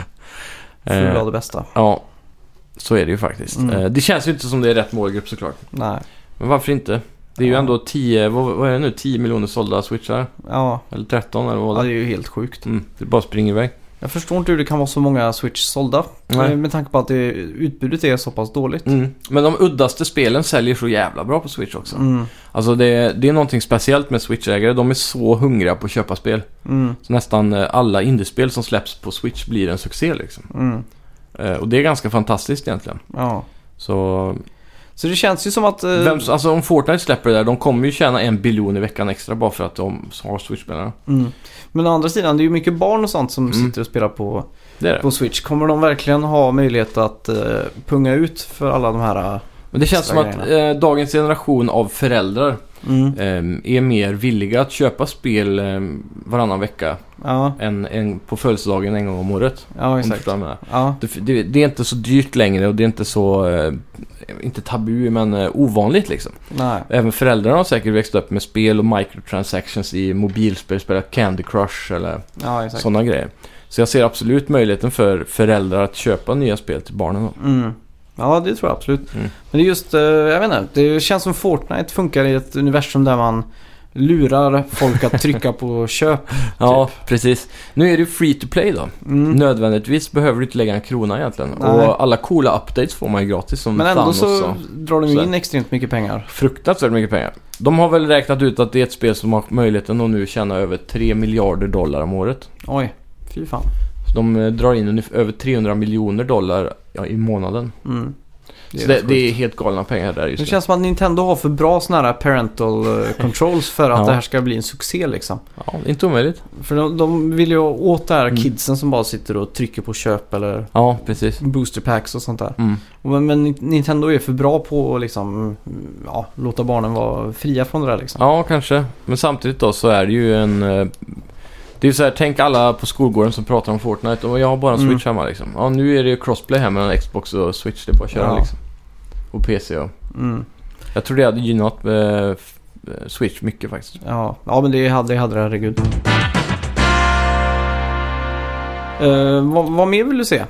För att det bästa. Ja, så är det ju faktiskt. Mm. Det känns ju inte som det är rätt målgrupp såklart. Nej. Men varför inte? Det är ju ja. ändå tio, vad, vad är det nu? tio miljoner sålda Switchar. Ja. Eller tretton eller vad det är. Ja, det är ju helt sjukt. Mm. Det bara springer iväg. Jag förstår inte hur det kan vara så många Switch sålda. Nej. Med tanke på att det, utbudet är så pass dåligt. Mm. Men de uddaste spelen säljer så jävla bra på Switch också. Mm. Alltså det, det är någonting speciellt med Switch-ägare. De är så hungriga på att köpa spel. Mm. Så nästan alla indiespel som släpps på Switch blir en succé liksom. Mm. Eh, och det är ganska fantastiskt egentligen. Ja. Så... Så det känns ju som att... Uh... Vem, alltså om Fortnite släpper det där, de kommer ju tjäna en biljon i veckan extra bara för att de har Switch-spelarna. Mm. Men å andra sidan, det är ju mycket barn och sånt som mm. sitter och spelar på, det är det. på Switch. Kommer de verkligen ha möjlighet att uh, punga ut för alla de här... Uh, Men det känns som att uh, dagens generation av föräldrar mm. um, är mer villiga att köpa spel um, varannan vecka ja. än, än på födelsedagen en gång om året. Ja, exakt. Ja. Det, det, det är inte så dyrt längre och det är inte så... Uh, inte tabu, men uh, ovanligt liksom. Nej. Även föräldrarna har säkert växt upp med spel och microtransactions i mobilspel, spela Candy Crush eller ja, sådana grejer. Så jag ser absolut möjligheten för föräldrar att köpa nya spel till barnen då. Mm. Ja, det tror jag absolut. Mm. Men det är just, uh, jag vet inte, det känns som Fortnite funkar i ett universum där man lurar folk att trycka på köp. Typ. Ja, precis. Nu är det free to play då. Mm. Nödvändigtvis behöver du inte lägga en krona egentligen. Nej. Och alla coola updates får man ju gratis. Som Men ändå Thanos så och drar de in extremt mycket pengar. Fruktansvärt mycket pengar. De har väl räknat ut att det är ett spel som har möjligheten att nu tjäna över tre miljarder dollar om året. Oj, fy fan. Så de drar in ungefär över trehundra miljoner dollar ja, i månaden. Mm. Det är, så det, det är helt galna pengar där just det. Det känns som att Nintendo har för bra såna här parental controls för att ja. det här ska bli en succé liksom. Ja, inte omöjligt. För de, de vill ju åt det här mm. kidsen som bara sitter och trycker på köp eller ja, precis. booster packs och sånt där. Mm. Men, men Nintendo är för bra på att liksom, ja, låta barnen vara fria från det där liksom. Ja, kanske. Men samtidigt då så är det ju en... Det är ju så här, tänk alla på skolgården som pratar om Fortnite och jag har bara en Switch mm. hemma liksom. Ja, nu är det ju crossplay här mellan Xbox och Switch, det är bara att köra ja. liksom. Och P C och... Mm. Jag tror det hade gynnat eh, Switch mycket faktiskt. Ja, ja men det hade, det hade det, herregud. Uh, vad, vad mer vill du se?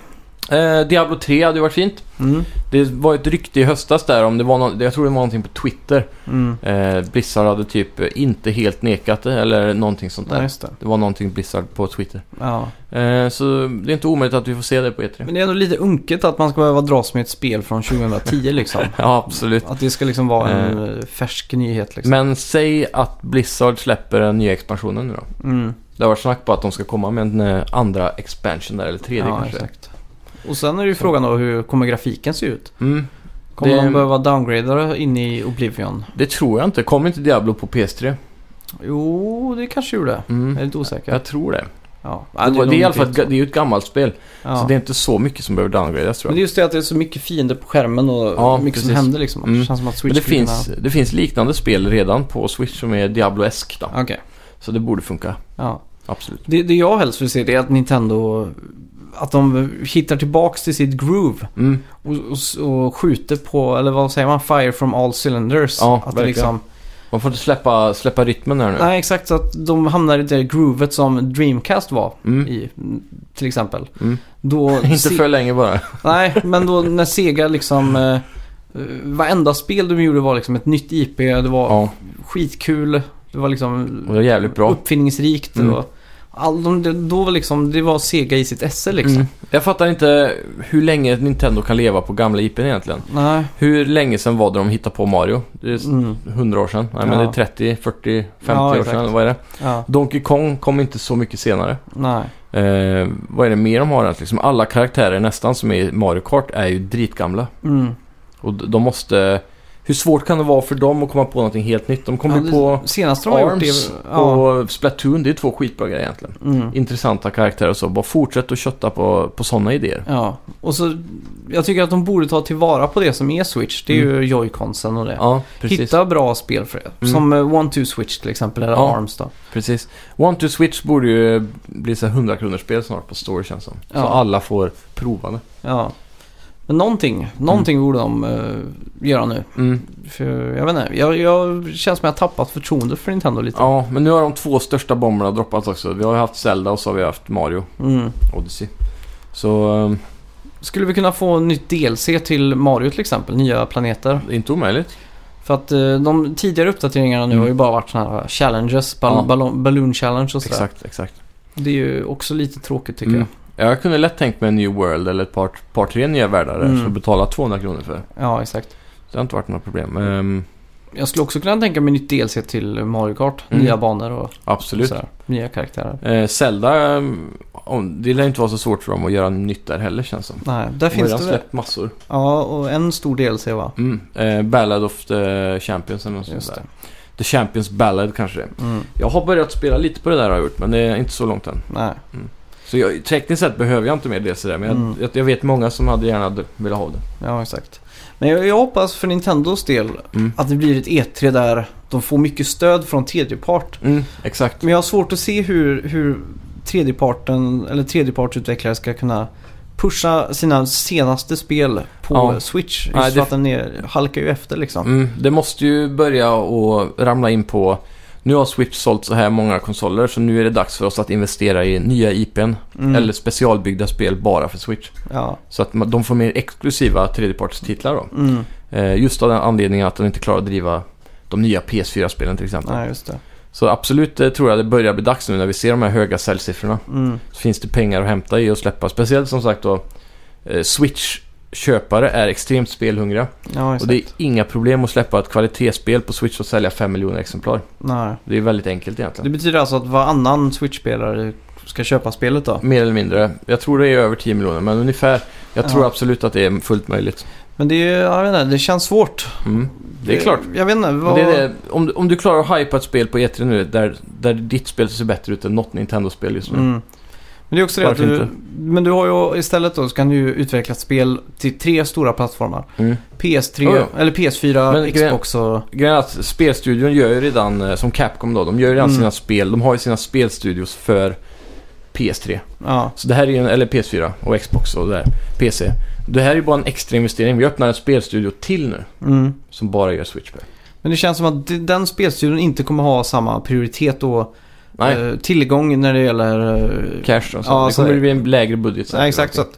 Eh, Diablo tre hade ju varit fint. Mm. Det var ett rykte i höstas där om det var no- jag tror det var någonting på Twitter. Mm. Eh, Blizzard hade typ inte helt nekat det eller någonting sånt där. Ja, just det. Det var någonting Blizzard på Twitter. Ja. Eh, så det är inte omöjligt att vi får se det på E tre. Men det är ändå lite unket att man ska behöva dras med ett spel från tjugohundratio liksom. Ja, absolut. Att det ska liksom vara en eh. färsk nyhet liksom. Men säg att Blizzard släpper den nya expansionen nu då. Mm. Det har varit snack på att de ska komma med en andra expansion där, eller tredje ja, kanske. Exakt. Och sen är det ju så. Frågan då, hur kommer grafiken se ut? Mm. Kommer det... man behöva downgrada in i Oblivion? Det tror jag inte. Kommer inte Diablo på P S tre? Jo, det kanske gjorde. Mm. Jag är lite osäker. Jag tror det. Ja. Det, det, det är i alla fall ett, det är ju ett gammalt spel. Ja. Så det är inte så mycket som behöver downgradas, tror jag. Men det är just det att det är så mycket fiender på skärmen och ja, mycket precis. Som händer liksom. Mm. Det känns som att Switch Men det finns, kunna... det finns liknande spel redan på Switch som är Diablo-esk då. Okej. Okay. Så det borde funka. Ja. Absolut. Det, det jag helst vill se det är att Nintendo, att de hittar tillbaks till sitt groove mm. och, och, och skjuter på, eller vad säger man, fire from all cylinders. Ja, att det liksom, man får inte släppa, släppa rytmen här nu. Nej, exakt. Så att de hamnar i det groovet som Dreamcast var mm. i, till exempel. Mm. Då inte se- för länge bara. Nej, men då när Sega liksom eh, varenda spel de gjorde var liksom ett nytt I P. Det var ja. skitkul. Det var liksom det var jävligt bra. Uppfinningsrikt. Mm. Och all de, då var liksom, det var Sega i sitt esse liksom. Mm. Jag fattar inte hur länge Nintendo kan leva på gamla I P egentligen. Nej. Hur länge sedan var det de hittade på Mario? Det är mm. hundra år sedan. Nej, ja. Men det är trettio, fyrtio, femtio ja, år sedan. Vad är det? Ja. Donkey Kong kom inte så mycket senare. Nej. Eh, vad är det mer de har? Liksom alla karaktärer nästan som är i Mario Kart är ju dritgamla. Mm. Och de måste... Hur svårt kan det vara för dem att komma på någonting helt nytt? De kommer ja, på senast de har Arms gjort det, ja. och Splatoon. Det är två skitbra grejer egentligen. Mm. Intressanta karaktärer och så. Bara fortsätt att kötta på, på sådana idéer. Ja, och så jag tycker att de borde ta tillvara på det som är Switch. Det är mm. ju Joy-Consen och det. Ja, precis. Hitta bra spel för det. Mm. Som One Two Switch till exempel, eller ja, Arms då. Precis. One Two Switch borde ju bli så hundra kronor spel snart på Store, känns som. Så ja. alla får prova det. Ja. Men någonting, någonting mm. borde de uh, göra nu. Mm. För, jag vet inte, jag, jag känns som att jag har tappat förtroende för Nintendo lite. Ja, men nu har de två största bomberna droppats också. Vi har haft Zelda och så har vi haft Mario mm. Odyssey. Så... Um, skulle vi kunna få nytt D L C till Mario till exempel? Nya planeter? Det är inte omöjligt. För att uh, de tidigare uppdateringarna nu mm. har ju bara varit sådana här challenges, ball- ja. ballon, balloon challenge och sådär. Exakt, exakt. Det är ju också lite tråkigt tycker mm. jag. Jag kunde lätt tänkt mig en New World eller ett par, par tre nya världar mm. som betala tvåhundra kronor för. Ja, exakt. Det har inte varit några problem. Um, jag skulle också kunna tänka mig nytt D L C till Mario Kart. Mm. Nya banor och, absolut. och sådär. Nya karaktärer. Eh, Zelda, um, det lär inte vara så svårt för dem att göra nytt där heller, känns som. Nej, där de finns det släppt massor. Ja, och en stor D L C va? Mm. Eh, Ballad of the Champions eller något sånt där. The Champions Ballad kanske. Mm. Jag har börjat spela lite på det där har jag gjort, men det är inte så långt än. Nej. Mm. Så jag, tekniskt sett behöver jag inte mer det sådär, men mm. jag, jag vet många som hade gärna velat ha det. Ja, exakt. Men jag, jag hoppas för Nintendos del mm. att det blir ett E tre där de får mycket stöd från tredjepart. Mm, exakt. Men jag har svårt att se hur, hur tredjeparten eller tredjepartsutvecklare ska kunna pusha sina senaste spel på ja. Switch. Just Nej, för det... att den är, halkar ju efter liksom. Mm, det måste ju börja och ramla in på... Nu har Switch sålt så här många konsoler, så nu är det dags för oss att investera i nya I P:n mm. eller specialbyggda spel bara för Switch. Ja. Så att de får mer exklusiva tredjepartstitlar då. Mm. Eh, just av den anledningen att de inte klarar att driva de nya P S fyra-spelen till exempel. Nej, just det. Så absolut eh, tror jag det börjar bli dags nu när vi ser de här höga säljsiffrorna. Mm. Så finns det pengar att hämta i och släppa. Speciellt som sagt då, eh, Switch köpare är extremt spelhungriga. Ja, och det är inga problem att släppa ett kvalitetsspel på Switch och sälja fem miljoner exemplar. Nej. Det är väldigt enkelt egentligen. Det betyder alltså att varannan Switch-spelare ska köpa spelet då? Mer eller mindre. Jag tror det är över tio miljoner, men ungefär. Jag tror ja. absolut att det är fullt möjligt. Men det är, jag vet inte, det känns svårt. Mm. Det är det, klart. Jag vet inte, vad... det är det. Om, om du klarar att hypa ett spel på E tre nu där, där ditt spel ser bättre ut än något Nintendo-spel just nu. Mm. Men det är också det att du, men du har ju istället då så kan du utveckla ett spel till tre stora plattformar. Mm. P S tre, oh, ja. eller P S fyra, men Xbox och... Grejen är att spelstudion gör ju redan, som Capcom då, de gör ju redan mm. sina spel, de har ju sina spelstudios för P S tre. Ja. Så det här är en, eller P S fyra och Xbox och där, P C. Det här är ju bara en extra investering. Vi öppnar en spelstudio till nu mm. som bara gör Switch-spel. Men det känns som att den spelstudion inte kommer ha samma prioritet och Uh, tillgång när det gäller uh, cash och så. Ja, det kommer så, bli en lägre budget. Ja, exakt. Så att,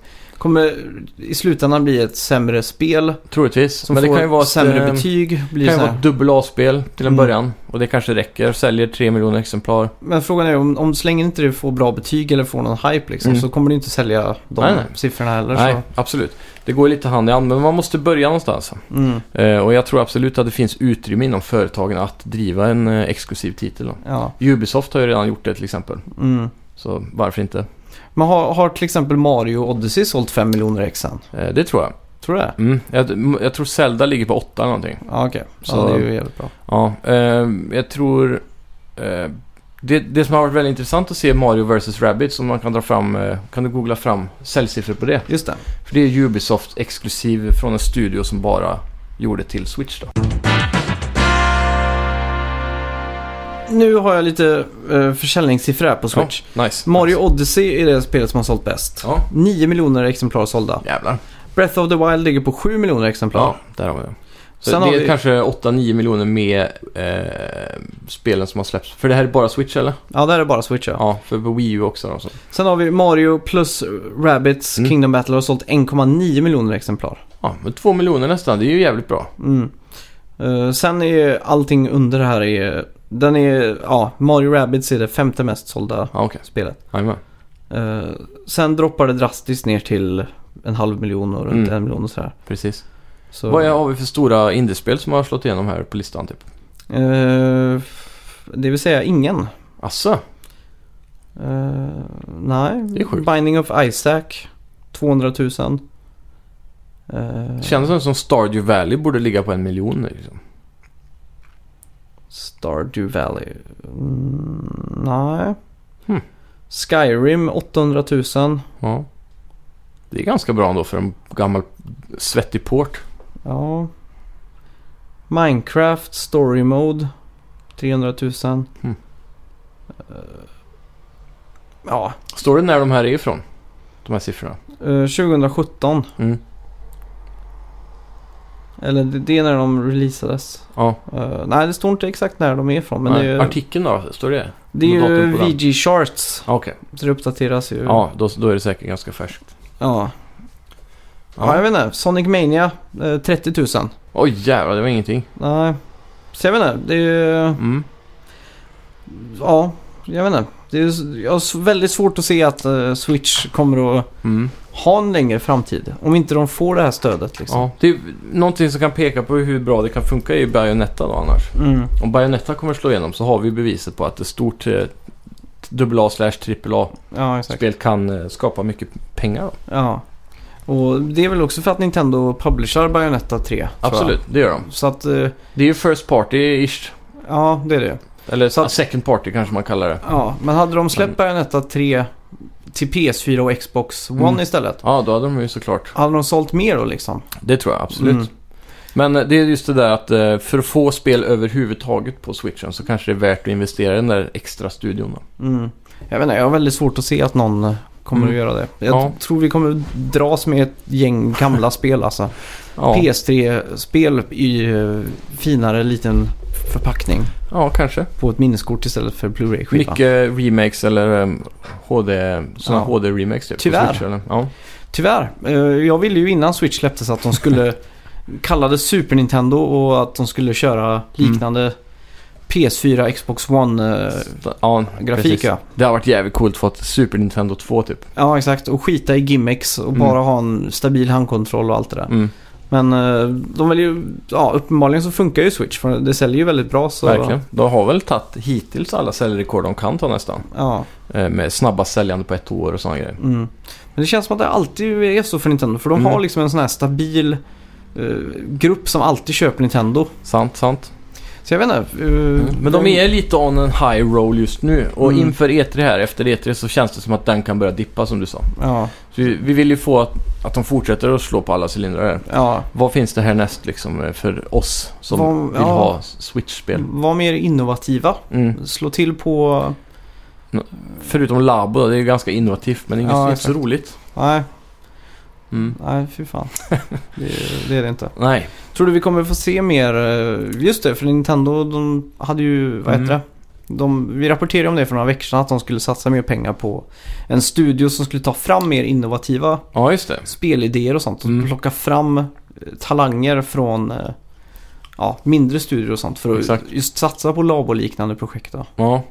kommer i slutändan bli ett sämre spel. Troligtvis. Som men det får kan ju vara sämre ett, betyg. Det kan ju vara ett dubbel A-spel till en mm. början. Och det kanske räcker. Säljer tre miljoner exemplar. Men frågan är om, om så länge inte det får bra betyg eller får någon hype liksom, mm. så kommer det inte sälja de nej, nej. siffrorna heller. Nej, så. absolut. Det går lite hand i hand, men man måste börja någonstans. Mm. Eh, och jag tror absolut att det finns utrymme inom företagen att driva en eh, exklusiv titel. Då. Ja. Ubisoft har ju redan gjort det till exempel. Mm. Så varför inte? Men har, har till exempel Mario Odyssey sålt fem miljoner exan? Eh, det tror jag. Tror du det? Mm. Jag, jag tror Zelda ligger på åtta eller någonting. Ja, okej. Okay. Så ja, det är ju jävligt bra. Ja, eh, jag tror... Eh, det, det som har varit väldigt intressant att se Mario versus Rabbids, som man kan dra fram, eh, kan du googla fram säljsiffror på det? Just det. För det är Ubisoft exklusiv från en studio som bara gjorde till Switch då. Nu har jag lite uh, försäljningssiffror här på Switch. Oh, nice. Mario nice. Odyssey är det spelet som har sålt bäst. Ja. nio miljoner exemplar sålda. Jävlar. Breath of the Wild ligger på sju miljoner exemplar. Ja, där har vi det. Så Sen det är vi... kanske åtta nio miljoner med eh, spelen som har släppts. För det här är bara Switch, eller? Ja, det här är bara Switch, ja. Ja, för på Wii U också. Alltså. Sen har vi Mario plus Rabbids mm. Kingdom Battle har sålt en komma nio miljoner exemplar. Ja, men två miljoner nästan. Det är ju jävligt bra. Mm. Uh, sen är allting under det här är... Den är... Ja, Mario Rabbids är det femte mest sålda ah, okay. spelet. Amen. Uh, sen droppar det drastiskt ner till en halv miljon och runt mm. en miljon och sådär. Precis. Så... Vad har vi för stora indiespel som har slått igenom här på listan typ? Uh, det vill säga ingen. Asså? Uh, nej. Det är sjukt. Binding of Isaac tvåhundratusen. Uh, det känns som Stardew Valley borde ligga på en miljon liksom. Stardew Valley. Mm, nej. Hmm. Skyrim åttahundratusen. Ja. Det är ganska bra ändå för en gammal svettig port. Ja. Minecraft Story Mode trehundratusen. Hmm. Uh, ja. Står det när de här är ifrån? De här siffrorna? Uh, tjugosjutton. Mm. Eller det, det är när de releasades. Ja. Uh, nej, det står inte exakt när de är ifrån. Men det är ju, artikeln då, står det? Det är ju V G Charts. Okej. Okay. Så det uppdateras ju. Ja, då, då är det säkert ganska färskt. Ja. Ja, ja jag vet inte. Sonic Mania, eh, trettio tusen. Oj jävlar, det var ingenting. Nej. Så jag vet inte, det är ju... Mm. Ja, jag vet inte. Det är, jag har väldigt svårt att se att uh, Switch kommer att mm. ha en längre framtid. Om inte de får det här stödet liksom. Ja, det är någonting som kan peka på hur bra det kan funka i Bayonetta då annars. Mm. Om Bayonetta kommer slå igenom så har vi beviset på att ett stort eh, A A slash trippel A ja, spel kan eh, skapa mycket pengar då. Ja. Och det är väl också för att Nintendo publicerar Bayonetta tre. Absolut, det gör de. Så att, uh, det är ju first party-ish. Ja, det är det. Eller så att, second party kanske man kallar det. Ja, men hade de släppt men... Bayonetta tre till P S fyra och Xbox One mm. istället. Ja, då hade de ju såklart. Hade de sålt mer då liksom? Det tror jag, absolut. Mm. Men det är just det där att för att få spel överhuvudtaget på Switchen så kanske det är värt att investera i den där extra studion. Mm. Jag vet inte, jag har väldigt svårt att se att någon kommer mm. att göra det. Jag ja. tror vi kommer att dras med ett gäng gamla spel alltså. Ja. P S tre-spel i uh, finare liten förpackning. Ja, kanske. På ett minneskort istället för Blu-ray-skiva. Mycket remakes eller um, H D, såna ja. H D-remakes typ. Tyvärr. Switch, eller? Ja. Tyvärr. Uh, jag ville ju innan Switch släpptes att de skulle kalla det Super Nintendo och att de skulle köra liknande mm. P S fyra, Xbox One-grafik. Uh, ja, det har varit jävligt coolt för att Super Nintendo två typ. Ja, exakt. Och skita i gimmicks och mm. bara ha en stabil handkontroll och allt det där. Mm. Men uh, de vill ju... Ja, uppenbarligen så funkar ju Switch. För det säljer ju väldigt bra. Så... Verkligen. De har väl tagit hittills alla säljrekord de kan ta nästan. Ja. Uh, med snabba säljande på ett år och sådana grejer. Mm. Men det känns som att det alltid är så för Nintendo. För de mm. har liksom en sån här stabil uh, grupp som alltid köper Nintendo. Sant, sant. Så jag vet inte. Uh, mm. Men de är lite on en high roll just nu. Och mm. inför E tre här, efter E tre så känns det som att den kan börja dippa som du sa. Ja. Så vi, vi vill ju få att, att de fortsätter att slå på alla cylindrar. Ja. Vad finns det här näst liksom för oss som Var, vill ja. ha Switch-spel? Var mer innovativa. Mm. Slå till på... Förutom Labo, det är ju ganska innovativt men inget ja, så roligt. Nej. Mm. Nej, fy fan. Det, det är det inte. Nej. Tror du vi kommer få se mer? Just det, för Nintendo, de hade ju, vad heter mm. det? De, vi rapporterade om det för några veckor sedan att de skulle satsa mer pengar på en studio som skulle ta fram mer innovativa ja, just det. spelidéer och sånt. Och mm. plocka fram talanger från ja, mindre studier och sånt för Exakt. att just satsa på labo-liknande projekt. Då. Ja.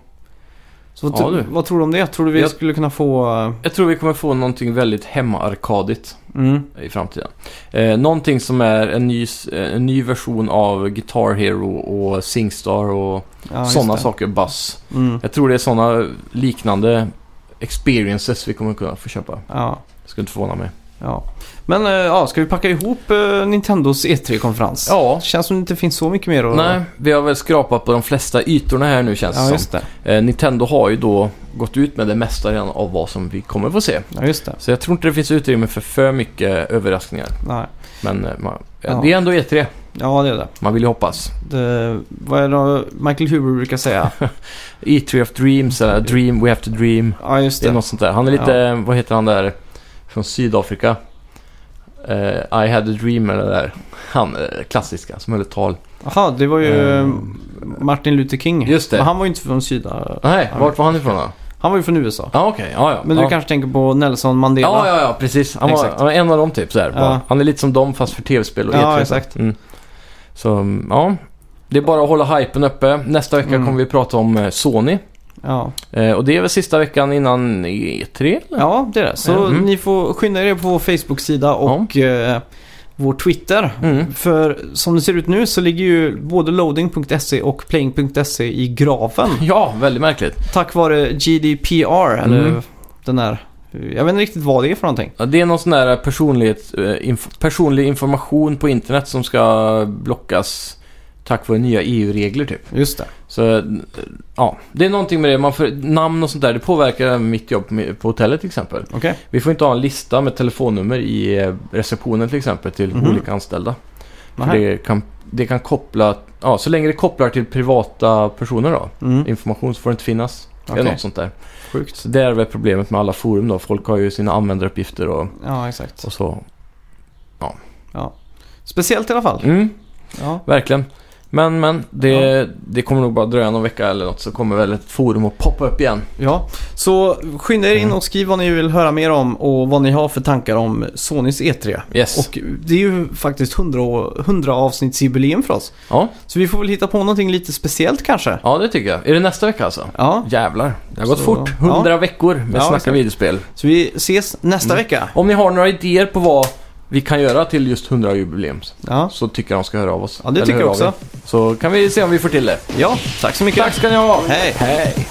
Så vad, ja, du. vad tror du om det? Tror du vi jag, skulle kunna få... Jag tror vi kommer få någonting väldigt hemmaarkadigt mm. i framtiden. Eh, någonting som är en ny, en ny version av Guitar Hero och SingStar och ja, sådana saker, Buzz. Mm. Jag tror det är sådana liknande experiences vi kommer kunna få köpa. Ja. Jag skulle inte förvåna mig. Ja. Men ja, ska vi packa ihop uh, Nintendos E tre-konferens? Ja. Det känns som det inte finns så mycket mer att... Nej, vi har väl skrapat på de flesta ytorna här nu känns det ja, just det. som. Eh, Nintendo har ju då gått ut med det mesta redan av vad som vi kommer få se. Ja, just det. Så jag tror inte det finns utrymme för för mycket överraskningar. Nej. Men man, ja. det är ändå E tre. Ja, det är det. Man vill ju hoppas. Det, vad är det Michael Huber brukar säga? E tre of Dreams, eller Dream, We Have to Dream. Ja, just det. Det är något sånt där. Han är lite, ja. vad heter han där? Från Sydafrika. Uh, I had a dream eller där. Han uh, klassiska som höll ett tal. Jaha, det var ju um, Martin Luther King. Just det. Men han var ju inte från Syda. Nej, vart var han ifrån då? Han var ju från U S A. Ja, okej. Okay. Ja, ja. Men du ja. kanske tänker på Nelson Mandela? Ja, ja, ja, precis. Han var, han var en av dem typ så här. Ja. Han är lite som dem fast för tv-spel och E tre. Ja, exakt. Mm. Så, ja. Det är bara att hålla hypen uppe. Nästa vecka mm. kommer vi prata om uh, Sony. Ja. Eh, och det är väl sista veckan innan E tre? Eller? Ja, det är det. Så mm. ni får skynda er på vår Facebook-sida och ja. eh, vår Twitter. Mm. För som det ser ut nu så ligger ju både loading punkt se och playing punkt se i graven. Ja, väldigt märkligt. Tack vare G D P R, mm. eller den här... Jag vet inte riktigt vad det är för någonting. Ja, det är någon sån där personlighet, eh, inf- personlig information på internet som ska blockas tack vare nya E U-regler typ. Just det. Så ja, det är någonting med det. Man får namn och sånt där. Det påverkar mitt jobb på hotellet till exempel. Okay. Vi får inte ha en lista med telefonnummer i receptionen till exempel till mm-hmm. olika anställda. För det kan, det kan koppla... Ja, så länge det kopplar till privata personer då. Mm. Information så får det inte finnas. Okay. Eller något sånt där. Sjukt. Så det är väl problemet med alla forum då. Folk har ju sina användaruppgifter och... Ja, exakt. Och så... Ja. Ja. Speciellt i alla fall. Mm. Ja. Verkligen. Men, men det, ja. det kommer nog bara dröja någon vecka eller något så kommer väl ett forum att poppa upp igen. Ja, så skynda er in mm. och skriv vad ni vill höra mer om och vad ni har för tankar om Sonys E tre. Yes. Och det är ju faktiskt hundra avsnittsjubileum för oss. Ja. Så vi får väl hitta på någonting lite speciellt kanske. Ja, det tycker jag. Är det nästa vecka alltså? Ja. Jävlar, det har gått så, fort. hundra ja. veckor med ja, snacka videospel. Så vi ses nästa mm. vecka. Om ni har några idéer på vad vi kan göra till just hundra-jubileum ja. så tycker jag de ska höra av oss. Ja, det tycker jag också. Så kan vi se om vi får till det. Ja, tack så mycket. Tack ska ni ha. Hej. Hej.